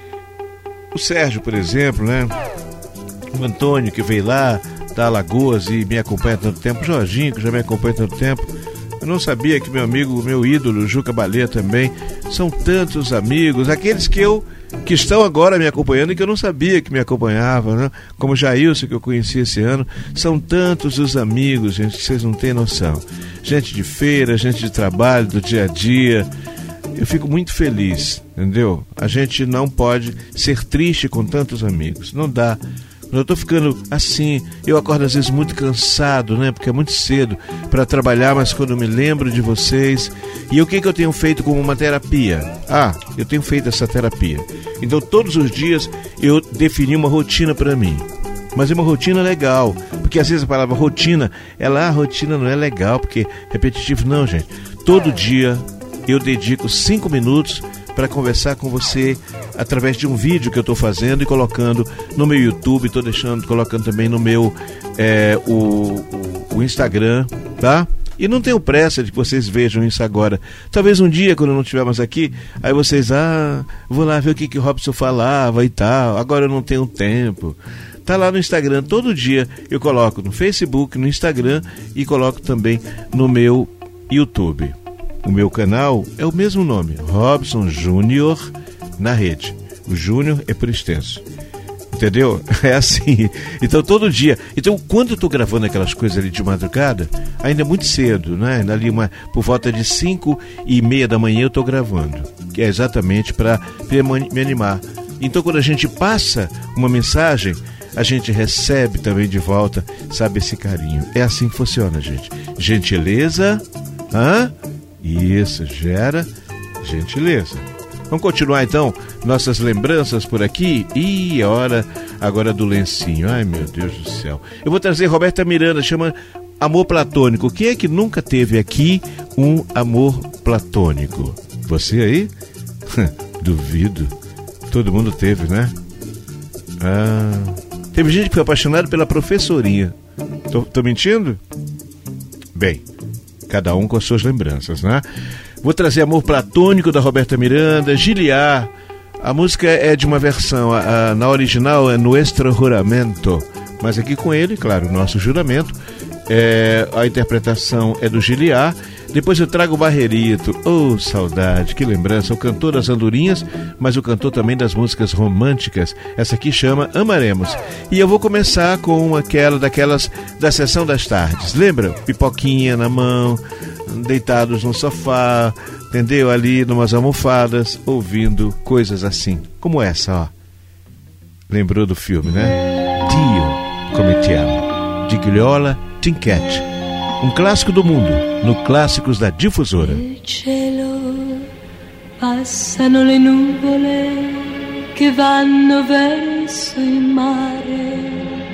O Sérgio, por exemplo, né? O Antônio, que veio lá da Alagoas e me acompanha há tanto tempo. O Jorginho, que já me acompanha há tanto tempo. Eu não sabia que meu amigo, meu ídolo, Juca Balê também. São tantos amigos, aqueles que eu que estão agora me acompanhando e que eu não sabia que me acompanhavam, né? Como o Jailson, que eu conheci esse ano. São tantos os amigos, gente, que vocês não têm noção. Gente de feira, gente de trabalho, do dia a dia. Eu fico muito feliz, entendeu? A gente não pode ser triste com tantos amigos, não dá. Eu estou ficando assim, eu acordo às vezes muito cansado, né? Porque é muito cedo para trabalhar, mas quando eu me lembro de vocês. E o que, que eu tenho feito como uma terapia? Ah, eu tenho feito essa terapia. Então todos os dias eu defini uma rotina para mim. Mas é uma rotina legal, porque às vezes a palavra rotina, ela, a rotina não é legal, porque repetitivo, não, gente. Todo dia eu dedico cinco minutos para conversar com você através de um vídeo que eu estou fazendo e colocando no meu YouTube, estou deixando, colocando também no meu é, o, o, o Instagram, tá? E não tenho pressa de que vocês vejam isso agora. Talvez um dia, quando eu não estiver mais aqui, aí vocês, ah, vou lá ver o que, que o Robson falava e tal, agora eu não tenho tempo. Tá lá no Instagram, todo dia eu coloco no Facebook, no Instagram e coloco também no meu YouTube. O meu canal é o mesmo nome, Robson Júnior na rede. O Júnior é por extenso. Entendeu? É assim. Então todo dia. Então quando eu estou gravando aquelas coisas ali de madrugada, ainda é muito cedo, né? Ali uma, por volta de cinco e meia da manhã eu estou gravando. Que é exatamente para me animar. Então quando a gente passa uma mensagem, a gente recebe também de volta, sabe, esse carinho. É assim que funciona, gente. Gentileza, hã? Isso, gera gentileza. Vamos continuar então nossas lembranças por aqui. E hora agora do lencinho. Ai, meu Deus do céu. Eu vou trazer Roberta Miranda, chama Amor Platônico. Quem é que nunca teve aqui um amor platônico? Você aí? Duvido. Todo mundo teve, né? Ah, teve gente que foi apaixonado pela professorinha. Tô, tô mentindo? Bem, cada um com as suas lembranças, né? Vou trazer Amor Platônico da Roberta Miranda, Giliar. A música é de uma versão, a, a, na original é Nuestro Juramento, mas aqui com ele, claro, Nosso Juramento. É, a interpretação é do Giliar. Depois eu trago o Barrerito. Oh, saudade, que lembrança. O cantor das andorinhas, mas o cantor também das músicas românticas. Essa aqui chama Amaremos. E eu vou começar com aquela daquelas da Sessão das Tardes. Lembra? Pipoquinha na mão, deitados no sofá, entendeu? Ali numas almofadas, ouvindo coisas assim. Como essa, ó. Lembrou do filme, né? Dio, come ti amo, de Gigliola Cinquetti. Um clássico do mundo, no Clássicos da Difusora. Nel cielo passano le nuvole che vanno verso il mare.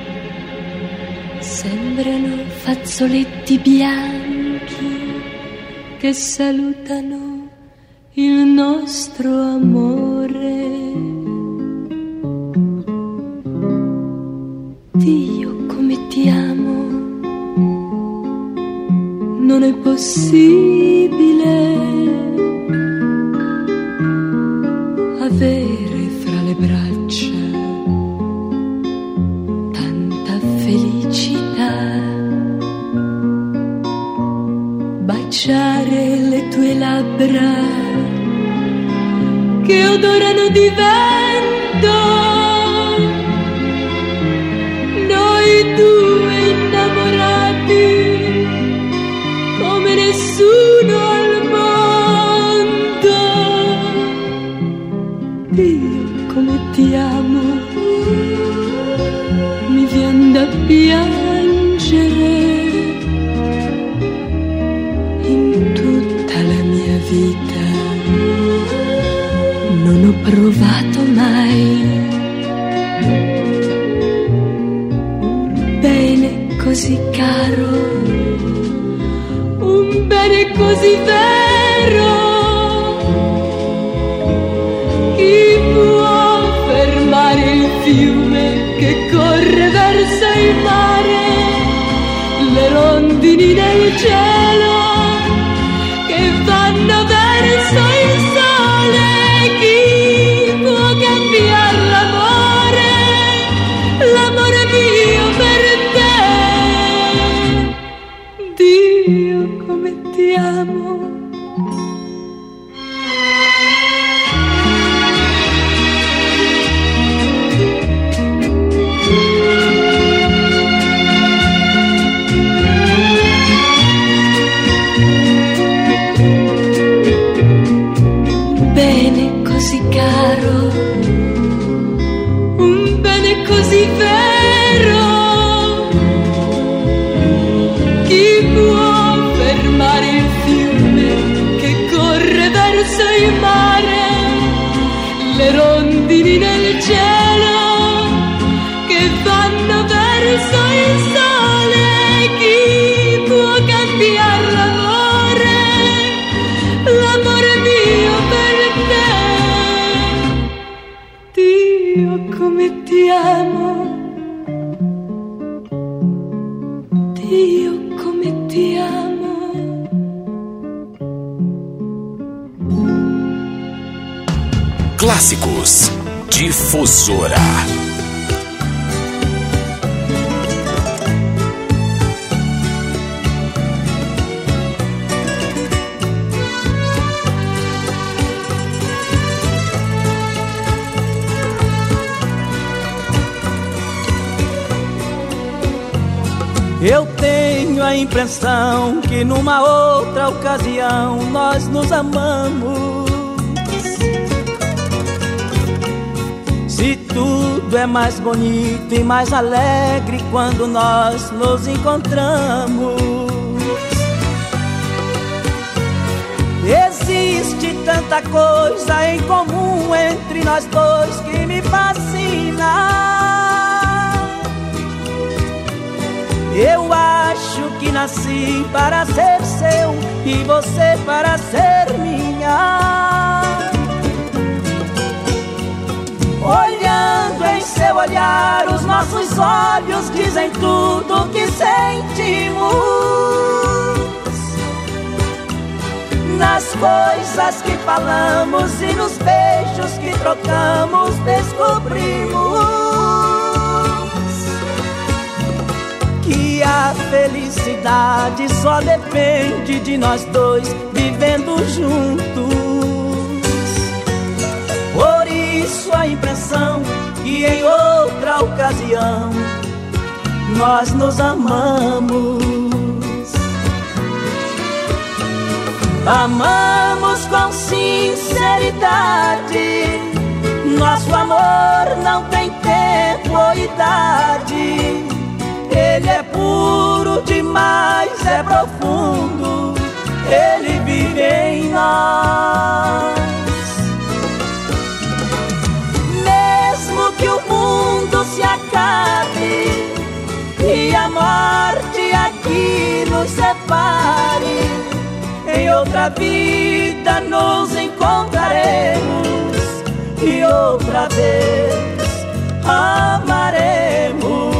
Sembrano fazzoletti bianchi che salutano il nostro amore. Dio, come ti amo. Non è possibile avere fra le braccia tanta felicità, baciare le tue labbra che odorano di vento, noi due innamorati come nessuno al mondo. Dio, come ti amo, mi vien da piangere. In tutta la mia vita non ho provato mai bene così caro, un bene così vero. Chi può fermare il fiume che corre verso il mare, le rondini del cielo che vanno verso il sole? Chi può cambiare l'amore, l'amore mio per te? Dio, come ti amo. Bene così caro, un bene così vero. Chi può fermare il fiume che corre verso il mare, le rondini del cielo che vanno verso il sole? Chi può cambiare l'amore, l'amore mio per te? Dio, come ti amo. Dio, come ti amo. Clássicos Difusora. Eu tenho a impressão que numa outra ocasião nós nos amamos. Se tudo é mais bonito e mais alegre quando nós nos encontramos. Existe tanta coisa em comum entre nós dois que me fascina. Eu acho que nasci para ser seu e você para ser minha. Olhando em seu olhar, os nossos olhos dizem tudo o que sentimos. Nas coisas que falamos e nos beijos que trocamos, descobrimos que a felicidade só depende de nós dois vivendo juntos. Por isso a impressão que em outra ocasião nós nos amamos. Amamos com sinceridade, nosso amor não tem tempo ou idade. Ele é puro demais, é profundo, ele vive em nós. Mesmo que o mundo se acabe e a morte aqui nos separe, em outra vida nos encontraremos e outra vez amaremos.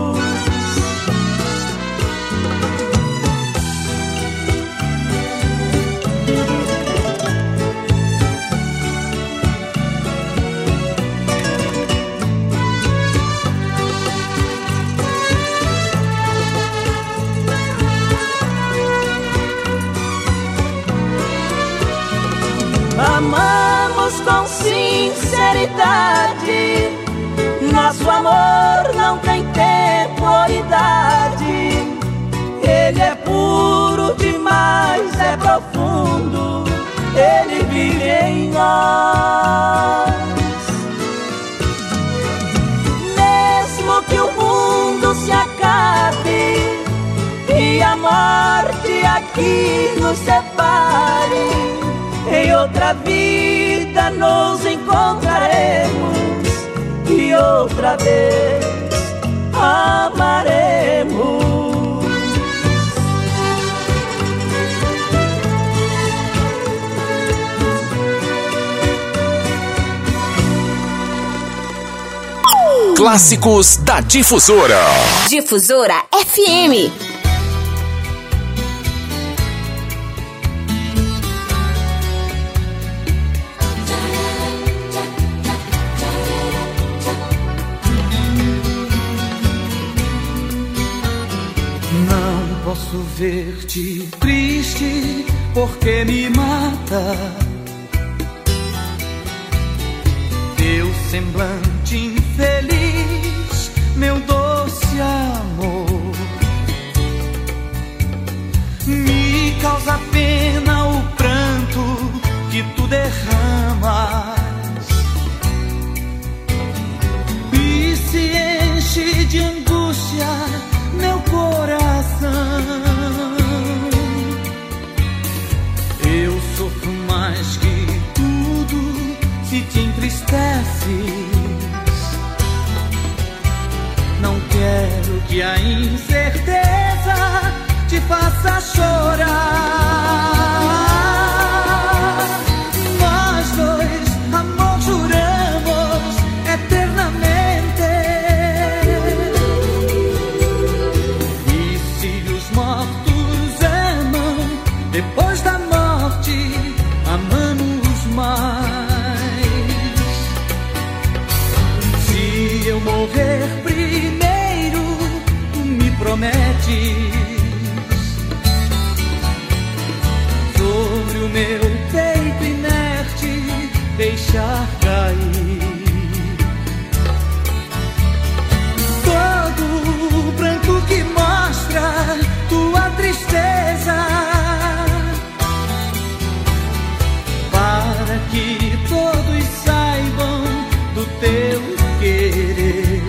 Amamos com sinceridade, nosso amor não tem tempo ou idade. Ele é puro demais, é profundo, ele vive em nós. Mesmo que o mundo se acabe e a morte aqui nos separe, em outra vida nos encontraremos e outra vez amaremos. Clássicos da Difusora. Difusora F M. Posso ver-te triste porque me mata teu semblante infeliz, meu doce amor. Me causa pena o pranto que tu derramas e se enche de angústia meu coração. Eu sofro mais que tudo se te entristeces. Não quero que a incerteza te faça chorar. Nós dois, amor, juramos eternamente. Depois da morte, amamos mais. Se eu morrer primeiro, tu me prometes sobre o meu peito inerte deixar cair todo o branco que mostra tua tristeza, para que todos saibam do teu querer.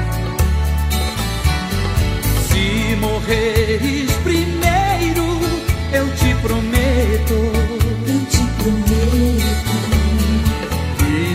Se morreres primeiro, eu te prometo, eu te prometo, que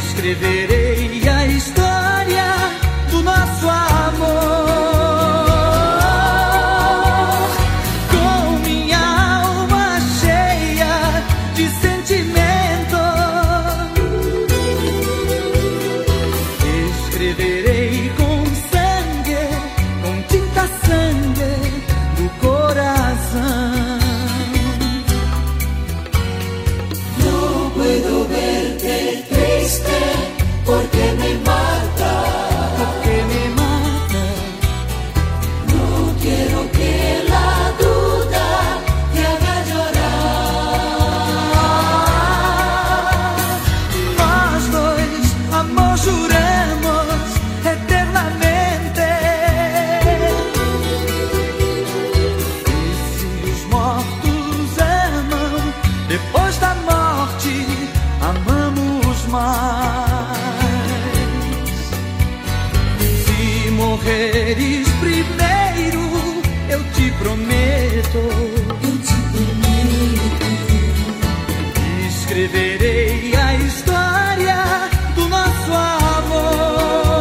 prometo, eu te prometo. Escreverei a história do nosso amor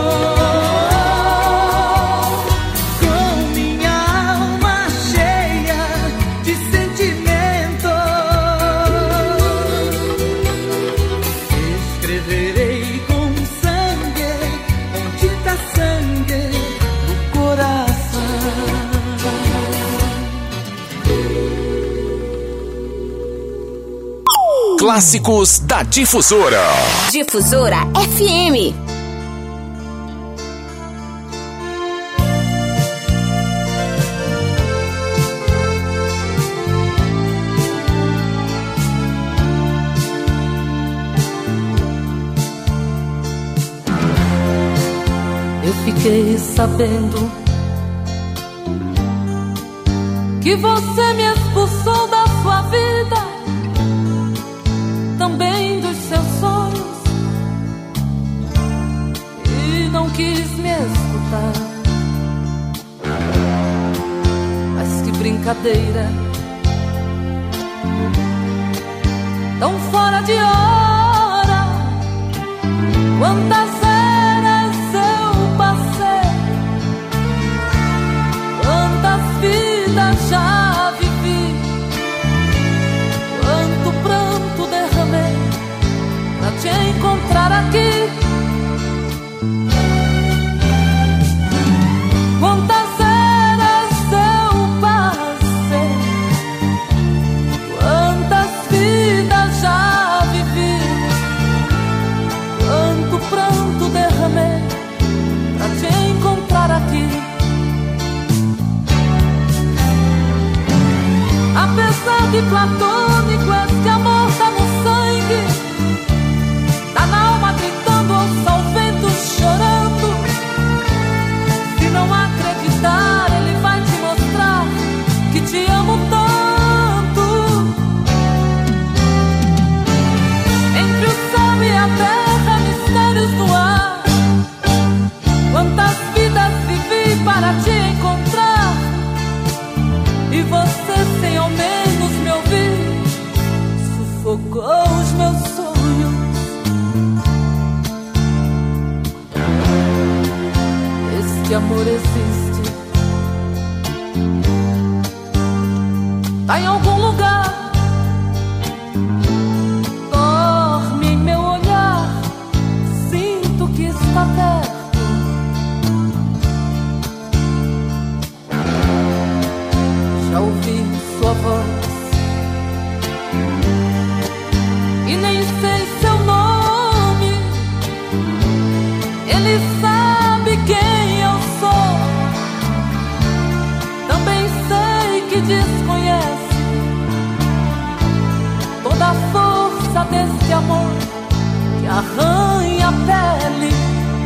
com minha alma cheia de sentimento. Escreverei com sangue, com tinta sangue no coração. Clássicos da Difusora. Difusora F M. Eu fiquei sabendo que você me expulsou da sua vida, também dos seus sonhos, e não quis me escutar. Mas que brincadeira, tão fora de hora. Quantas eras eu passei, quantas vidas já vivi, quanto pranto derramei pra te encontrar aqui. Quantas eras eu passei, quantas vidas já vivi, quanto pranto derramei pra te encontrar aqui. Apesar de platônico, esse amor tá no sangue, tá na alma gritando, ouça o vento chorando. Se não acreditar, ele vai te mostrar que te amo tanto. Entre o céu e a terra, mistérios no ar. Quantas vidas vivi para te encontrar, e você sem ao menos me ouvir sufocou os meus sonhos. Este amor existe, tá em algum lugar, dorme em meu olhar, sinto que está perto. Já ouvi sua voz e nem sei seu nome. Ele sabe quem eu sou, também sei que desconhece toda a força desse amor que arranha a pele.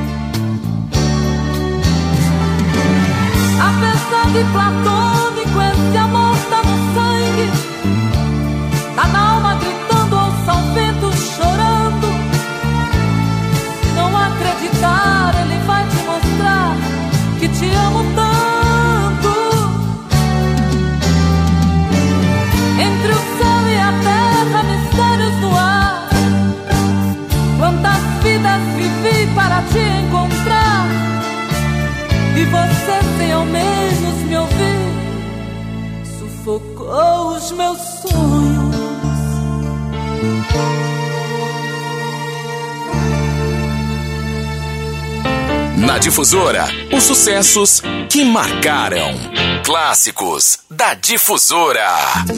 Apesar de platônico, esse amor tá no sangue, tá na alma gritando, ouça o vento chorando. Se não acreditar, ele vai te mostrar que te amo tanto. Entre o céu e a terra, mistérios no ar. Quantas vidas vivi para te encontrar, e você sem ao menos me ouvir sufocou os meus sonhos. Na Difusora, os sucessos que marcaram. Clássicos da Difusora.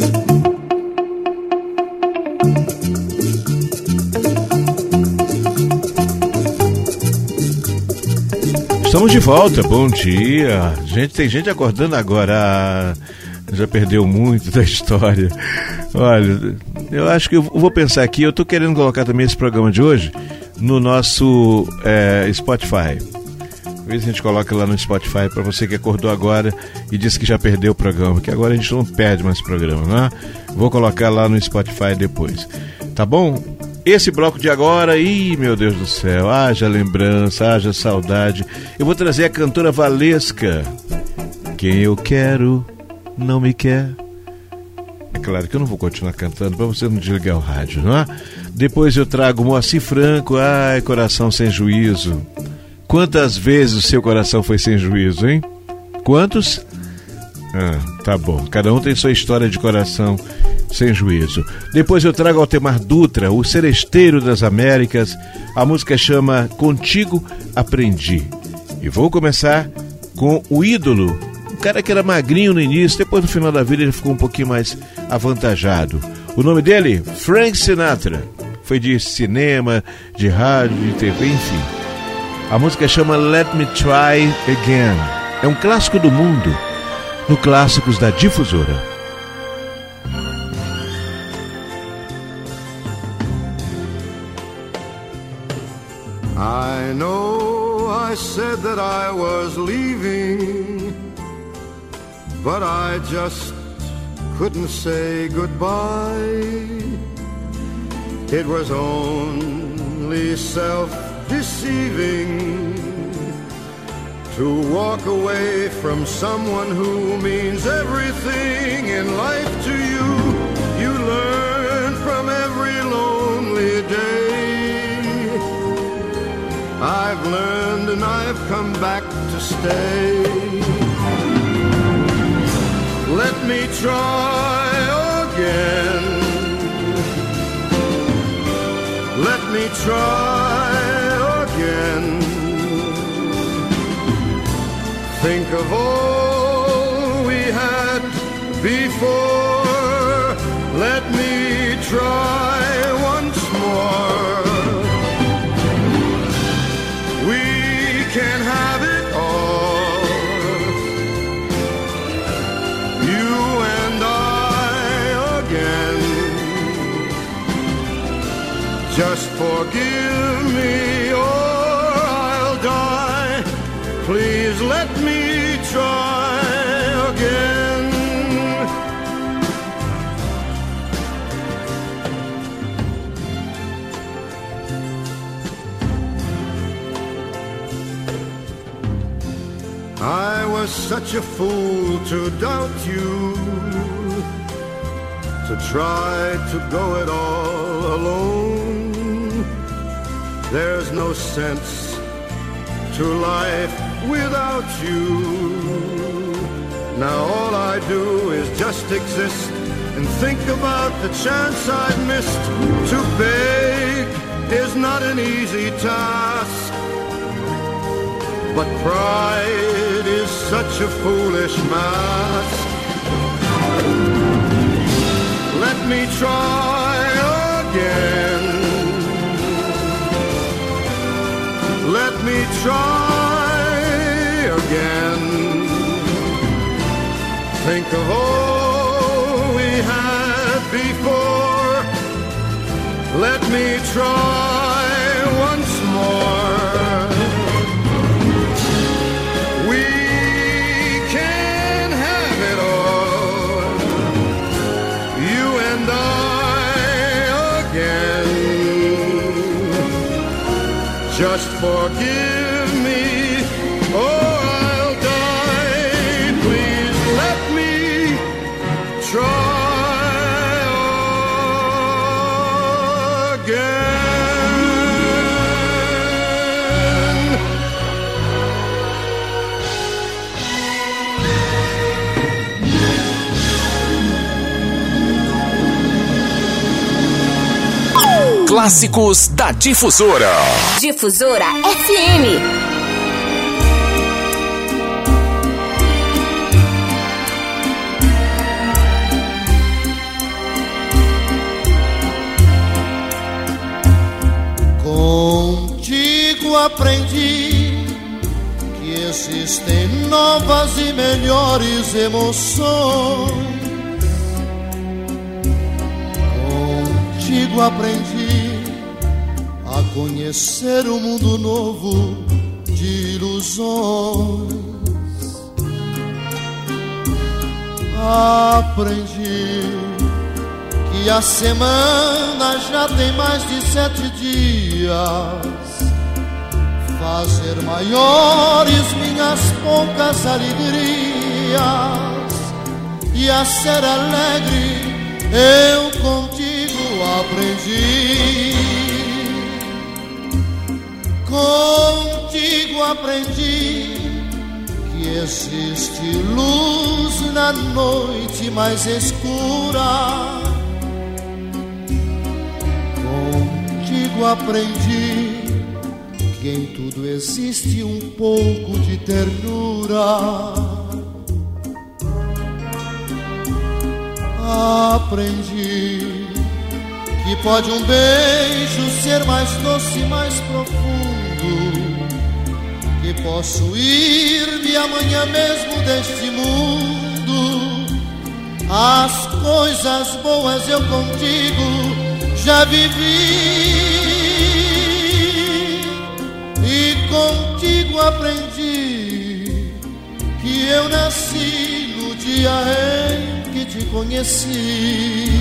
Estamos de volta, bom dia. Gente, tem gente acordando agora. Já perdeu muito da história. Olha, eu acho que eu vou pensar aqui. Eu tô querendo colocar também esse programa de hoje no nosso é, Spotify. Talvez a gente coloque lá no Spotify para você que acordou agora e disse que já perdeu o programa, que agora a gente não perde mais programa, né? Vou colocar lá no Spotify depois. Tá bom? Esse bloco de agora, ih, meu Deus do céu, haja lembrança, haja saudade. Eu vou trazer a cantora Valesca. Quem eu quero não me quer, claro que eu não vou continuar cantando para você não desligar o rádio, não é? Depois eu trago Moacir Franco, ai, coração sem juízo. Quantas vezes o seu coração foi sem juízo, hein? Quantos? Ah, tá bom. Cada um tem sua história de coração sem juízo. Depois eu trago Altemar Dutra, o Seresteiro das Américas. A música chama Contigo Aprendi. E vou começar com o ídolo, um cara que era magrinho no início, depois no final da vida ele ficou um pouquinho mais avantajado. O nome dele? Frank Sinatra. Foi de cinema, de rádio, de T V, enfim. A música chama Let Me Try Again. É um clássico do mundo, no Clássicos da Difusora. I know I said that I was leaving, but I just couldn't say goodbye. It was only self-deceiving to walk away from someone who means everything in life to you. You learn from every lonely day. I've learned and I've come back to stay. Let me try again. Let me try again. Think of all we had before. Let me try once more. We can have it all. You and I again. Just forgive me or I'll die. Please let me try again. I was such a fool to doubt you, to try to go it all alone. There's no sense to life without you. Now all I do is just exist and think about the chance I've missed. To beg is not an easy task, but pride is such a foolish mask. Let me try again. Let me try again. Think of all we had before. Let me try once more. We can have it all. You and I again. Just forgive me or I'll die. Please let me try again. Clássicos da Difusora. Difusora F M. Contigo aprendi que existem novas e melhores emoções. Contigo aprendi a conhecer um mundo novo de ilusões. Aprendi que a semana já tem mais de sete dias. Fazer maiores minhas poucas alegrias e a ser alegre eu contigo aprendi, contigo aprendi que existe luz na noite mais escura. Contigo aprendi que em tudo existe um pouco de ternura. Aprendi que pode um beijo ser mais doce e mais profundo, que posso ir-me amanhã mesmo deste mundo. As coisas boas eu contigo já vivi, e contigo aprendi que eu nasci no dia em que te conheci.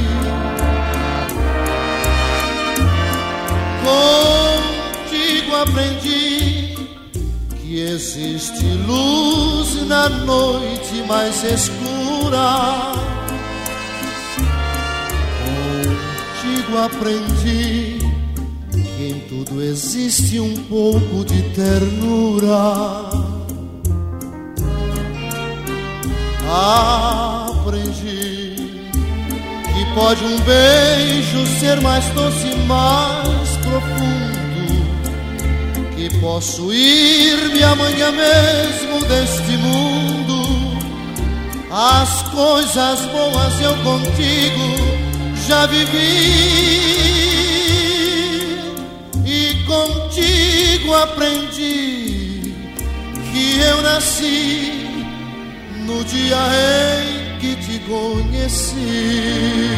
Contigo aprendi que existe luz na noite mais escura. Contigo aprendi que em tudo existe um pouco de ternura. Aprendi que pode um beijo ser mais doce e mais profundo, que posso ir-me amanhã mesmo deste mundo. As coisas boas eu contigo já vivi, e contigo aprendi que eu nasci no dia em que te conheci.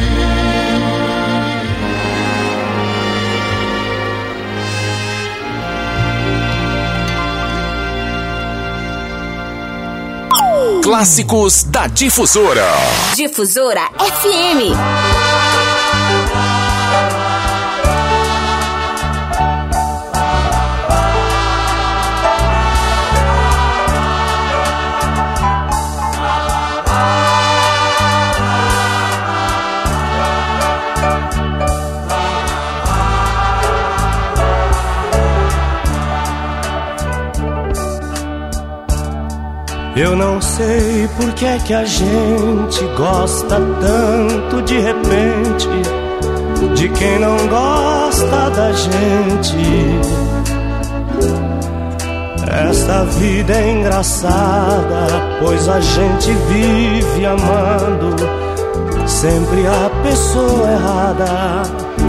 Clássicos da Difusora. Difusora F M. Eu não sei por que é que a gente gosta tanto de repente de quem não gosta da gente. Essa vida é engraçada, pois a gente vive amando sempre a pessoa errada.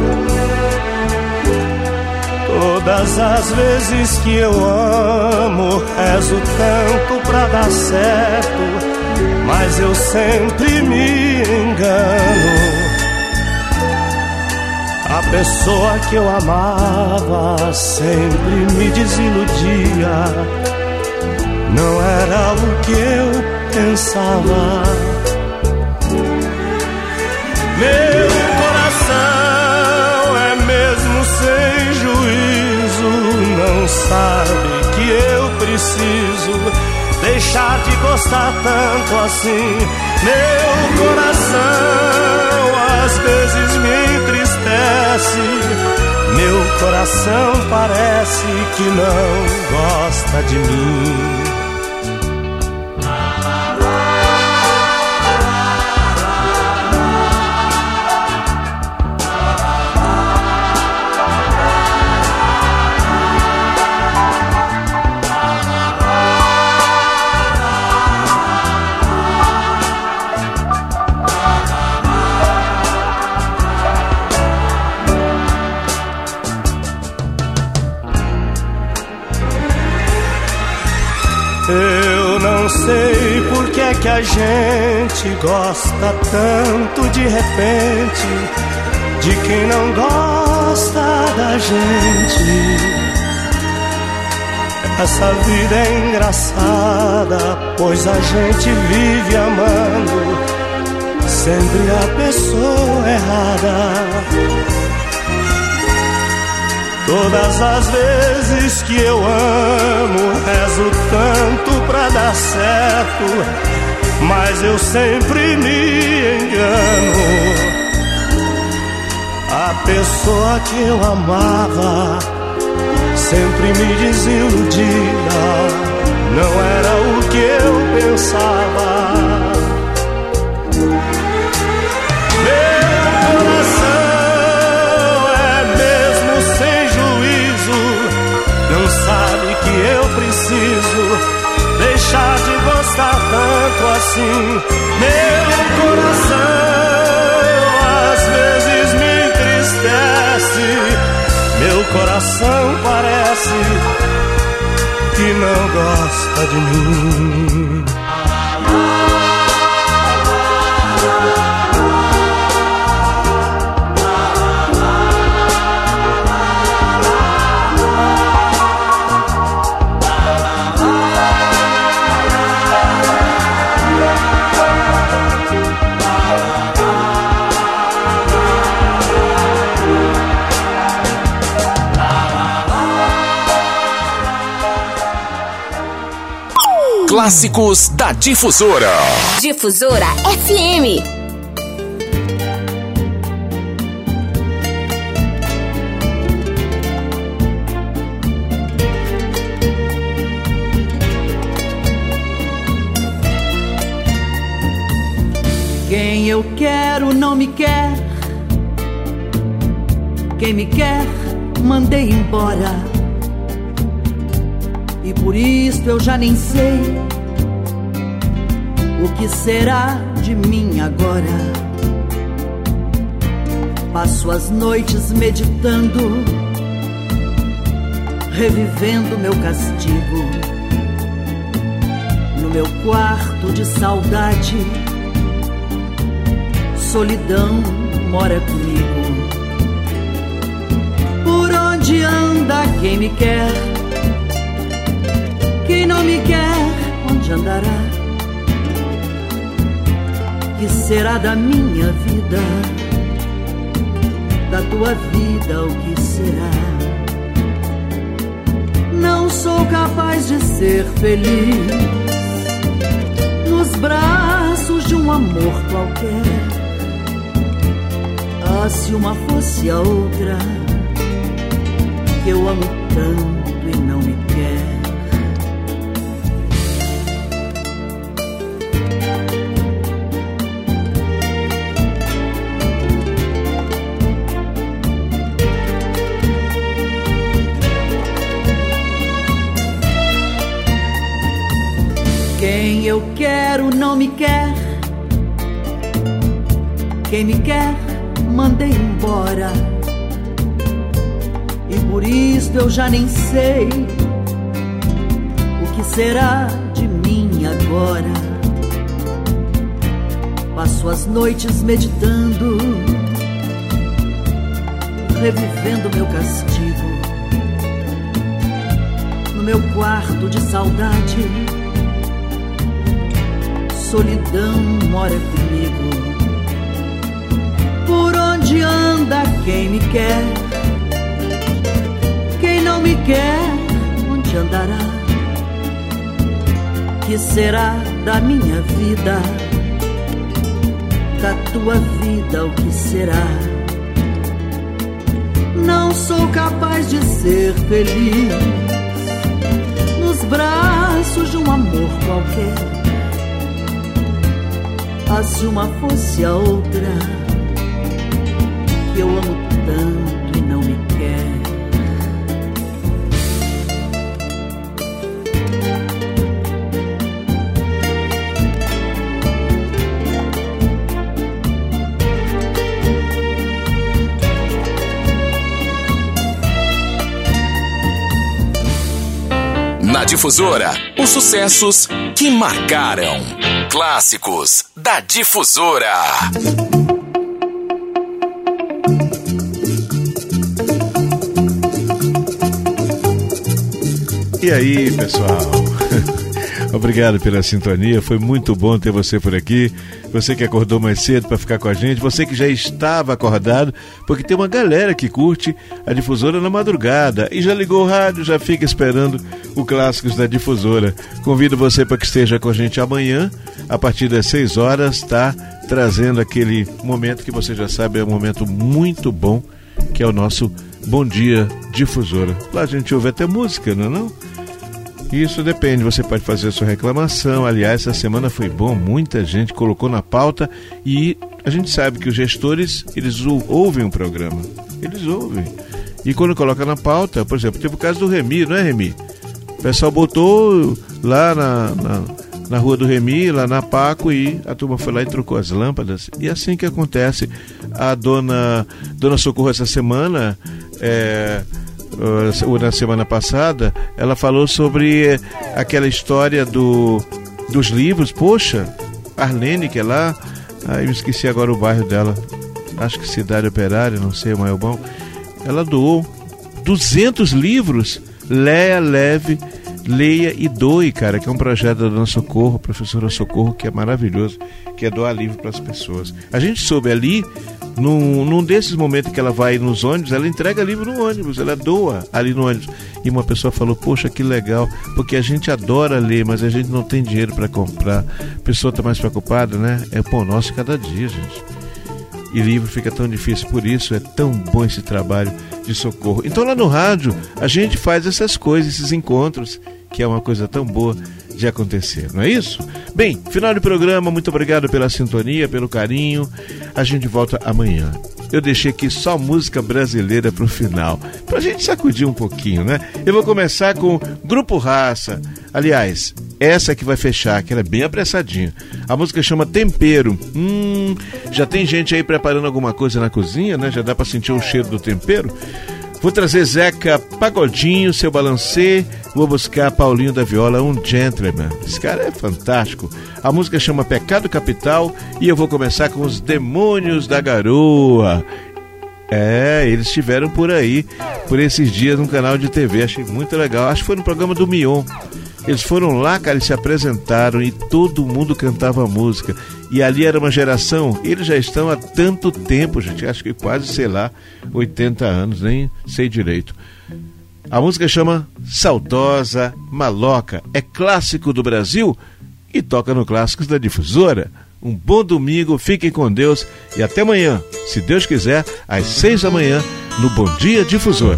Todas as vezes que eu amo, rezo tanto pra dar certo, mas eu sempre me engano. A pessoa que eu amava sempre me desiludia, não era o que eu pensava. Meu coração é mesmo sem juízo, não sabe que eu preciso deixar de gostar tanto assim. Meu coração às vezes me entristece, meu coração parece que não gosta de mim. Eu não sei por que é que a gente gosta tanto de repente de quem não gosta da gente. Essa vida é engraçada, pois a gente vive amando sempre a pessoa errada. Todas as vezes que eu amo, rezo tanto pra dar certo, mas eu sempre me engano. pessoa que eu amava sempre me desiludia, não era o que eu pensava. Meu coração é mesmo sem juízo, não sabe que eu preciso deixar de gostar tanto assim. Meu coração às vezes me entristece, meu coração parece que não gosta de mim. Clássicos da Difusora. Difusora F M. Quem eu quero não me quer, quem me quer mandei embora, e por isso eu já nem sei o que será de mim agora. Passo as noites meditando, revivendo meu castigo. No meu quarto de saudade, solidão mora comigo. Por onde anda quem me quer? Quem não me quer, onde andará? Que será da minha vida? Da tua vida, o que será? Não sou capaz de ser feliz nos braços de um amor qualquer. Ah, se uma fosse a outra, que eu amo tanto e não me quer. Quem eu quero não me quer, quem me quer mandei embora, e por isso eu já nem sei o que será de mim agora. Passo as noites meditando, revivendo meu castigo. No meu quarto de saudade, solidão mora comigo. Por onde anda quem me quer? Quem não me quer, onde andará? Que será da minha vida? Da tua vida, o que será? Não sou capaz de ser feliz nos braços de um amor qualquer. Ah, se uma fosse a outra, que eu amo tanto e não me quer. Na Difusora, os sucessos que marcaram. Clássicos da Difusora. E aí, pessoal? Obrigado pela sintonia, foi muito bom ter você por aqui. Você que acordou mais cedo para ficar com a gente, você que já estava acordado, porque tem uma galera que curte a Difusora na madrugada e já ligou o rádio, já fica esperando o Clássicos da Difusora. Convido você para que esteja com a gente amanhã, a partir das seis horas, tá? Trazendo aquele momento que você já sabe, é um momento muito bom que é o nosso Bom Dia Difusora. Lá a gente ouve até música, não é não? Isso depende, você pode fazer a sua reclamação. Aliás, essa semana foi bom, muita gente colocou na pauta e a gente sabe que os gestores, eles ouvem o programa, eles ouvem. E quando coloca na pauta, por exemplo, teve o caso do Remi, não é, Remi? O pessoal botou lá na, na, na rua do Remi, lá na Paco, e a turma foi lá e trocou as lâmpadas. E assim que acontece. A dona, dona Socorro, essa semana, é, ou na semana passada, ela falou sobre aquela história do, dos livros. Poxa, Arlene, que é lá, ah, eu esqueci agora o bairro dela, acho que Cidade Operária, não sei, Maiobão. Ela doou duzentos livros. Leia, leve, leia e doe, cara, que é um projeto da Dona Socorro, professora Socorro, que é maravilhoso, que é doar livro para as pessoas. A gente soube ali, num, num desses momentos que ela vai nos ônibus, ela entrega livro no ônibus, ela doa ali no ônibus. E uma pessoa falou, poxa, que legal, porque a gente adora ler, mas a gente não tem dinheiro para comprar. A pessoa está mais preocupada, né? É o pão nosso cada dia, gente. E livro fica tão difícil, por isso é tão bom esse trabalho de socorro. Então lá no rádio a gente faz essas coisas, esses encontros, que é uma coisa tão boa de acontecer, não é isso? Bem, final de programa, muito obrigado pela sintonia, pelo carinho. A gente volta amanhã. Eu deixei aqui só música brasileira pro final, pra gente sacudir um pouquinho, né? Eu vou começar com Grupo Raça. Aliás, essa que vai fechar, que ela é bem apressadinha. A música chama Tempero. Hum, já tem gente aí preparando alguma coisa na cozinha, né? Já dá pra sentir o cheiro do tempero. Vou trazer Zeca Pagodinho, Seu Balancê. Vou buscar Paulinho da Viola, Um Gentleman. Esse cara é fantástico. A música chama Pecado Capital. E eu vou começar com Os Demônios da Garoa. É, eles estiveram por aí, por esses dias, num canal de T V. Achei muito legal. Acho que foi no programa do Mion. Eles foram lá, cara, e se apresentaram e todo mundo cantava música. E ali era uma geração, eles já estão há tanto tempo, gente, acho que quase, sei lá, oitenta anos, nem sei direito. A música chama Saudosa Maloca, é clássico do Brasil e toca no Clássicos da Difusora. Um bom domingo, fiquem com Deus e até amanhã, se Deus quiser, às seis da manhã, no Bom Dia Difusora.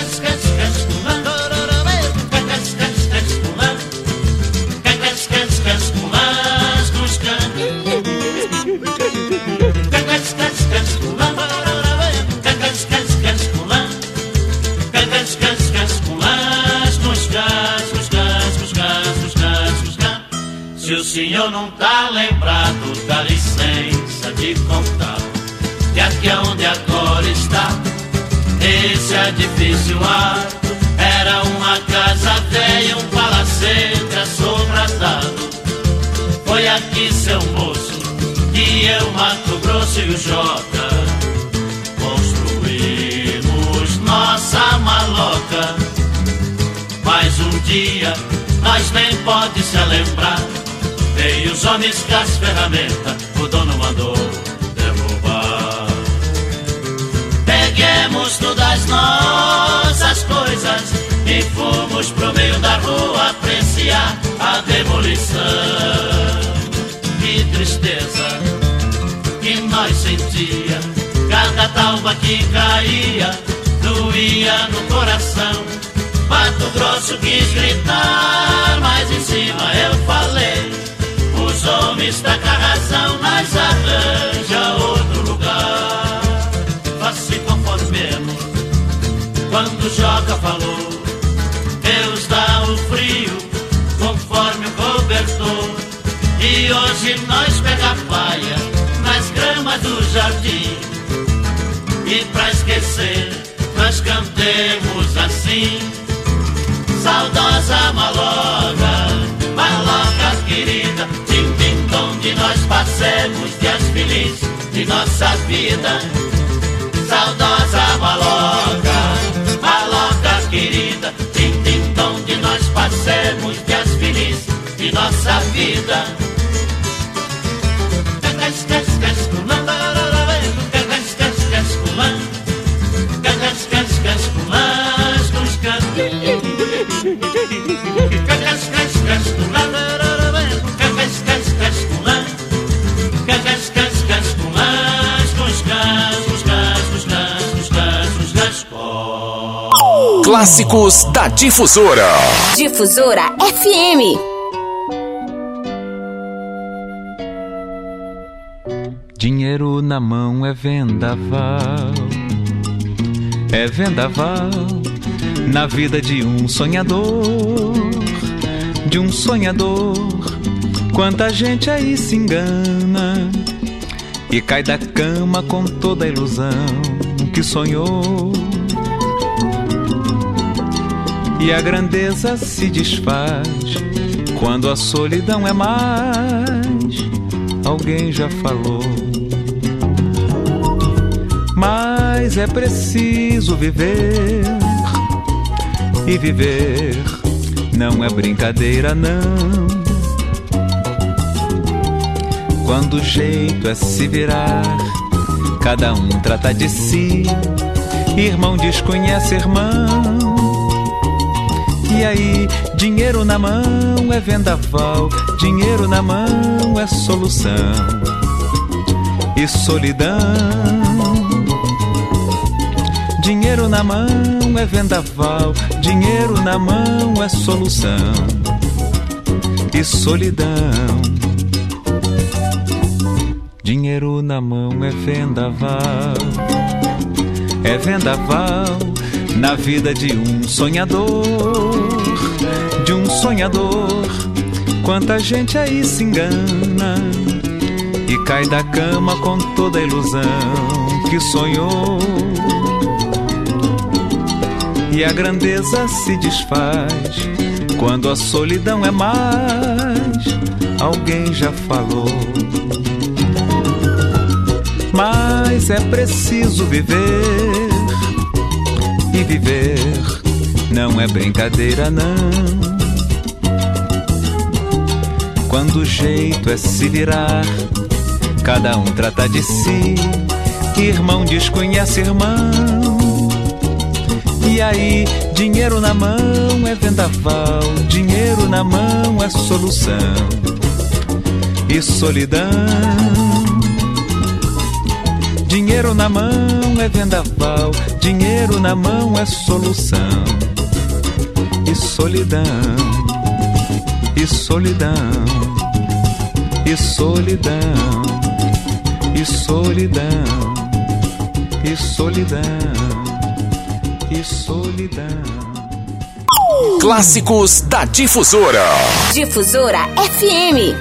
Se o senhor não tá lembrado, dá licença de contar que aqui é onde agora está esse edifício alto era uma casa velha, um palacete assombradado. Foi aqui, seu moço, que eu, Mato Grosso e o Jota construímos nossa maloca. Mas um dia nós nem pode se lembrar. Veio os homens com as ferramentas, o dono mandou derrubar. Peguemos todas as nossas coisas e fomos pro meio da rua apreciar a demolição. Que tristeza que nós sentia, cada talba que caía doía no coração. Mato Grosso quis gritar, mas em cima eu falei: os homens tá com a razão, mas arranja outro lugar. Faça conforme mesmo, quando Joca falou, Deus dá o frio, conforme o cobertor. E hoje nós pega a paia nas gramas do jardim. E pra esquecer, nós cantemos assim: saudosa maloca, maloca querida, tim-tim, onde nós passemos dias felizes de nossa vida. Saudosa maloca, maloca querida, tim-tim, onde nós passemos dias felizes de nossa vida. Clássicos da Difusora. Difusora F M. Dinheiro na mão é vendaval, é vendaval na vida de um sonhador, de um sonhador. Quanta gente aí se engana e cai da cama com toda a ilusão que sonhou. E a grandeza se desfaz quando a solidão é mais. Alguém já falou. Mas é preciso viver, e viver não é brincadeira não. Quando o jeito é se virar, cada um trata de si, irmão desconhece irmão. E aí, dinheiro na mão é vendaval, dinheiro na mão é solução. E solidão, dinheiro na mão é vendaval, dinheiro na mão é solução. E solidão, dinheiro na mão é vendaval, é vendaval na vida de um sonhador, de um sonhador. Quanta gente aí se engana e cai da cama com toda a ilusão que sonhou. E a grandeza se desfaz quando a solidão é mais. Alguém já falou. Mas é preciso viver, e viver não é brincadeira não. Quando o jeito é se virar, cada um trata de si, irmão desconhece irmão. E aí, dinheiro na mão é vendaval, dinheiro na mão é solução. E solidão, dinheiro na mão é vendaval, dinheiro na mão é solução. E solidão, e solidão, e solidão, e solidão, e solidão, e solidão. Clássicos da Difusora. Difusora F M.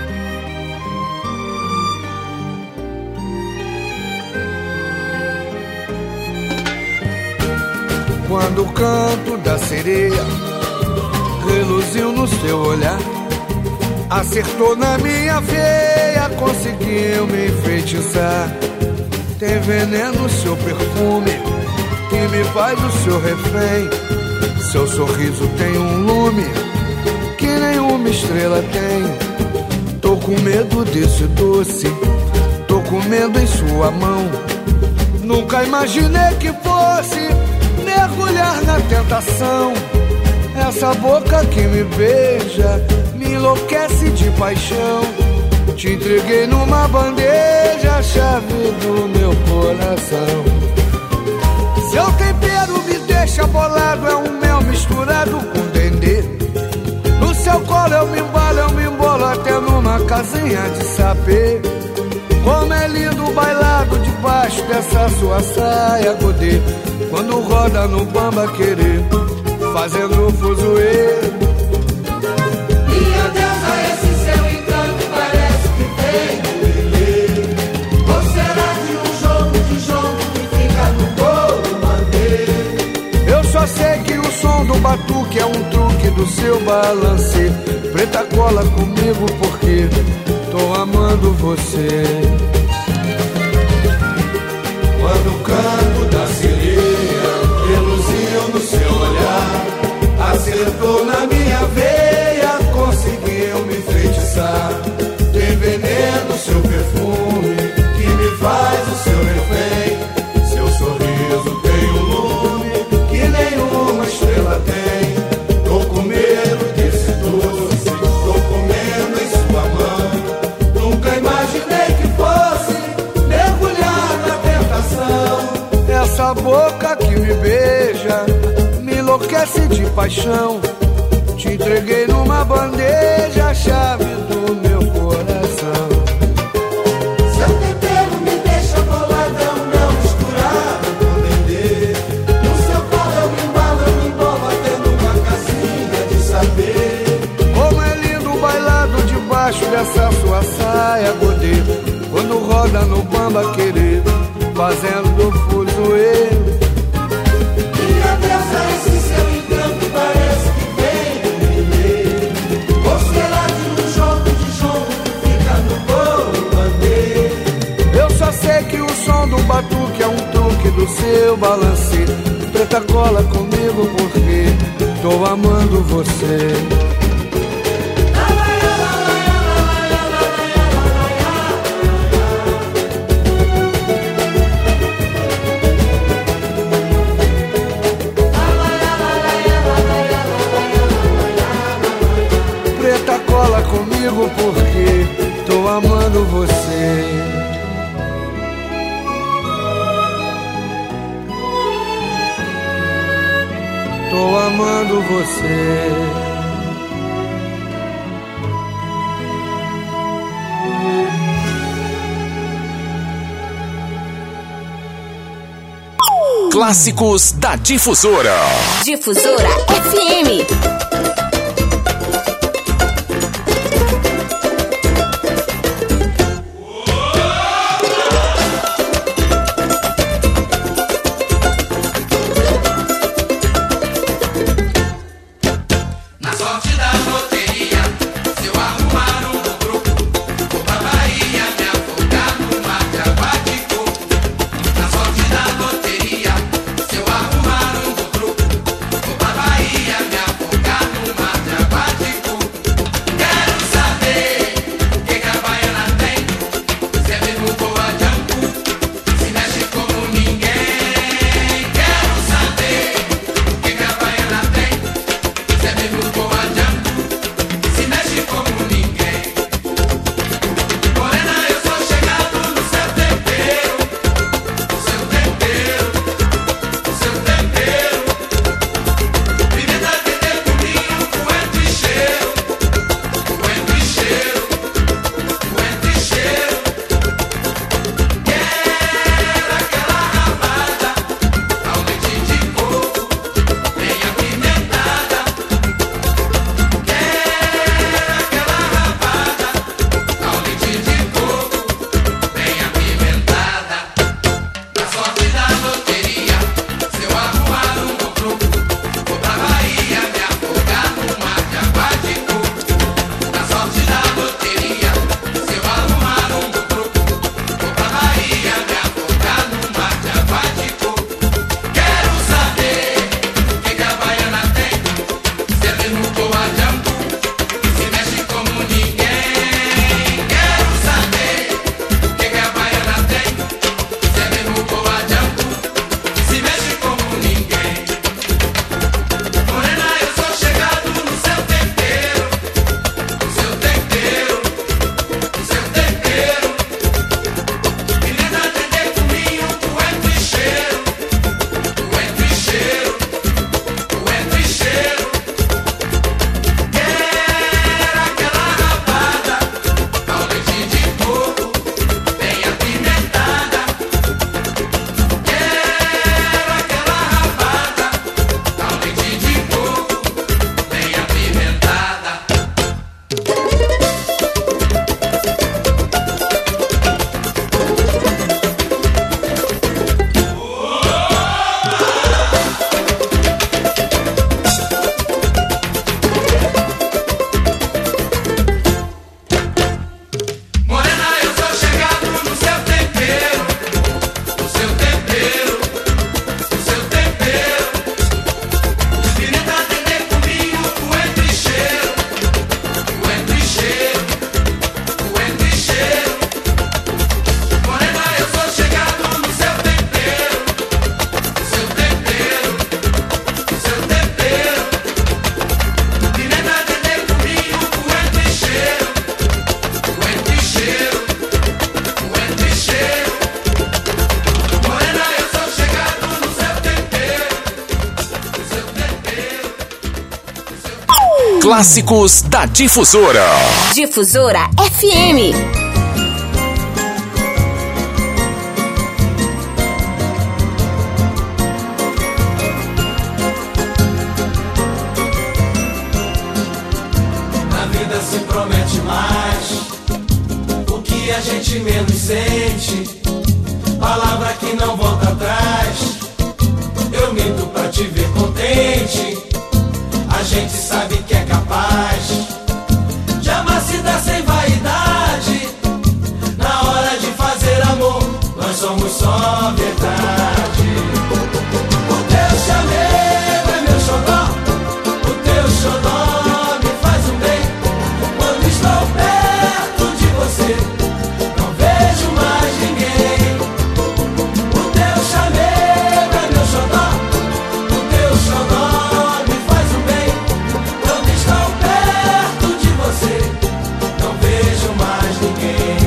Quando o canto da sereia reluziu no seu olhar, acertou na minha veia, conseguiu me enfeitiçar. Tem veneno no seu perfume que me faz o seu refém. Seu sorriso tem um lume que nenhuma estrela tem. Tô com medo desse doce, tô com medo em sua mão. Nunca imaginei que fosse mergulhar na tentação. Essa boca que me beija me enlouquece de paixão. Te entreguei numa bandeja a chave do meu coração. Seu tempero me deixa bolado, é um mel misturado com dendê. No seu colo eu me embalo, eu me embolo até numa casinha de sapê. Como é lindo o bailado debaixo dessa sua saia godê. Quando roda no bamba querer, fazendo fuzuê. Minha deusa, esse seu encanto parece que tem um. Ou será que um jogo de jogo que fica no couro manter? Eu só sei que o som do batuque é um truque do seu balancê. Preta, cola comigo porque tô amando você. Quando o canto da sereia reluziu no seu olhar, acertou na minha veia, conseguiu me enfeitiçar. Tem veneno no seu perfume que me faz o seu refém. Seu sorriso tem um lume que nenhuma estrela tem. Tô com medo desse doce, tô comendo em sua mão. Nunca imaginei que fosse mergulhar na tentação. Essa boca que me beija me enlouquece promessa e de paixão. Te entreguei numa bandeja a chave do meu coração. Seu tempero me deixa boladão, não misturado com dendê. No seu colo eu me embalo, eu me embolo até numa casinha de saber. Como é lindo o bailado debaixo dessa sua saia godê. Quando roda no bamba querer, fazendo fuzuê. Minha deusa, esse seu encanto parece que vem do milê. Ou será de um jogo de jogo que fica no bolo bandeira? Eu só sei que o som do batuque é um truque do seu balancê. Preta, cola comigo porque tô amando você. Cola comigo porque tô amando você. Tô amando você. Clássicos da Difusora. Difusora F M. Bahia me afogar Clássicos da Difusora. Difusora F M. Na vida se promete mais, o que a gente menos sente. Palavra que não volta atrás. Eu minto pra te ver contente. A gente sabe que é capaz de amar se dar sem vaidade. Na hora de fazer amor, nós somos só verdade. O teu chamego é meu xodó, o teu xodó me faz um bem. Quando estou perto de você, não vejo mais ninguém. O teu chamego é meu xodó, o teu xodó me faz um bem. Quando estou perto de você, não vejo mais ninguém.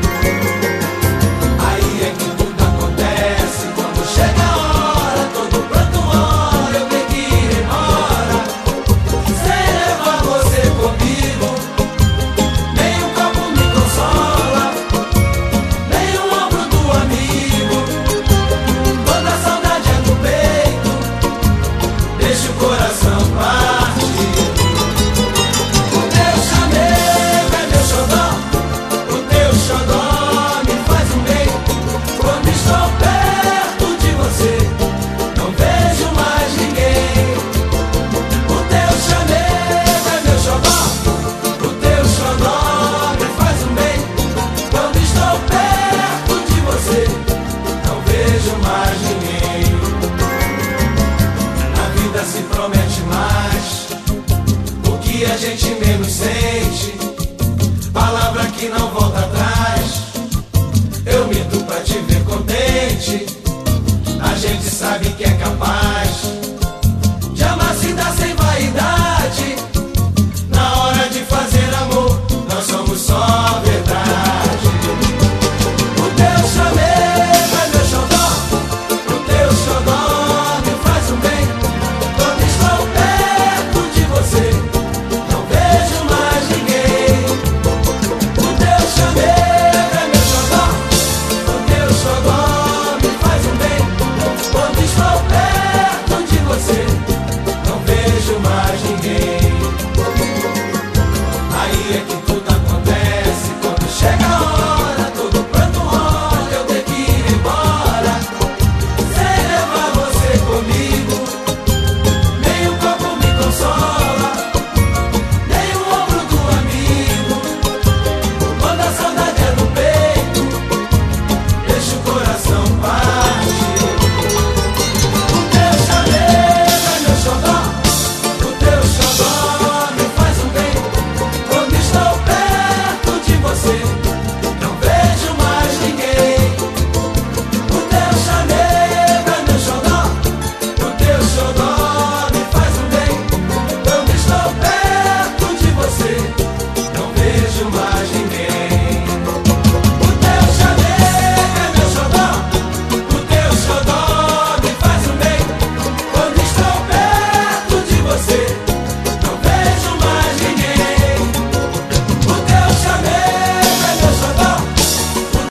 Aí é que tudo acontece. Quando chega a hora, todo pranto ora, eu tenho que ir embora, sem levar você comigo. Nem um copo me consola, nem o ombro do amigo. Quando a saudade é no peito, deixa o coração partir. O teu chamego é meu xodó, o teu xodó me faz um bem. Quando estou perto de você, não vejo mais ninguém. O teu chamego é meu xodó, o teu xodó me faz um bem. Quando estou perto de você, não vejo mais ninguém. A vida se promete mais, o que a gente menos sente. Palavra que não volta atrás. Eu minto pra te ver contente. A gente sabe que é capaz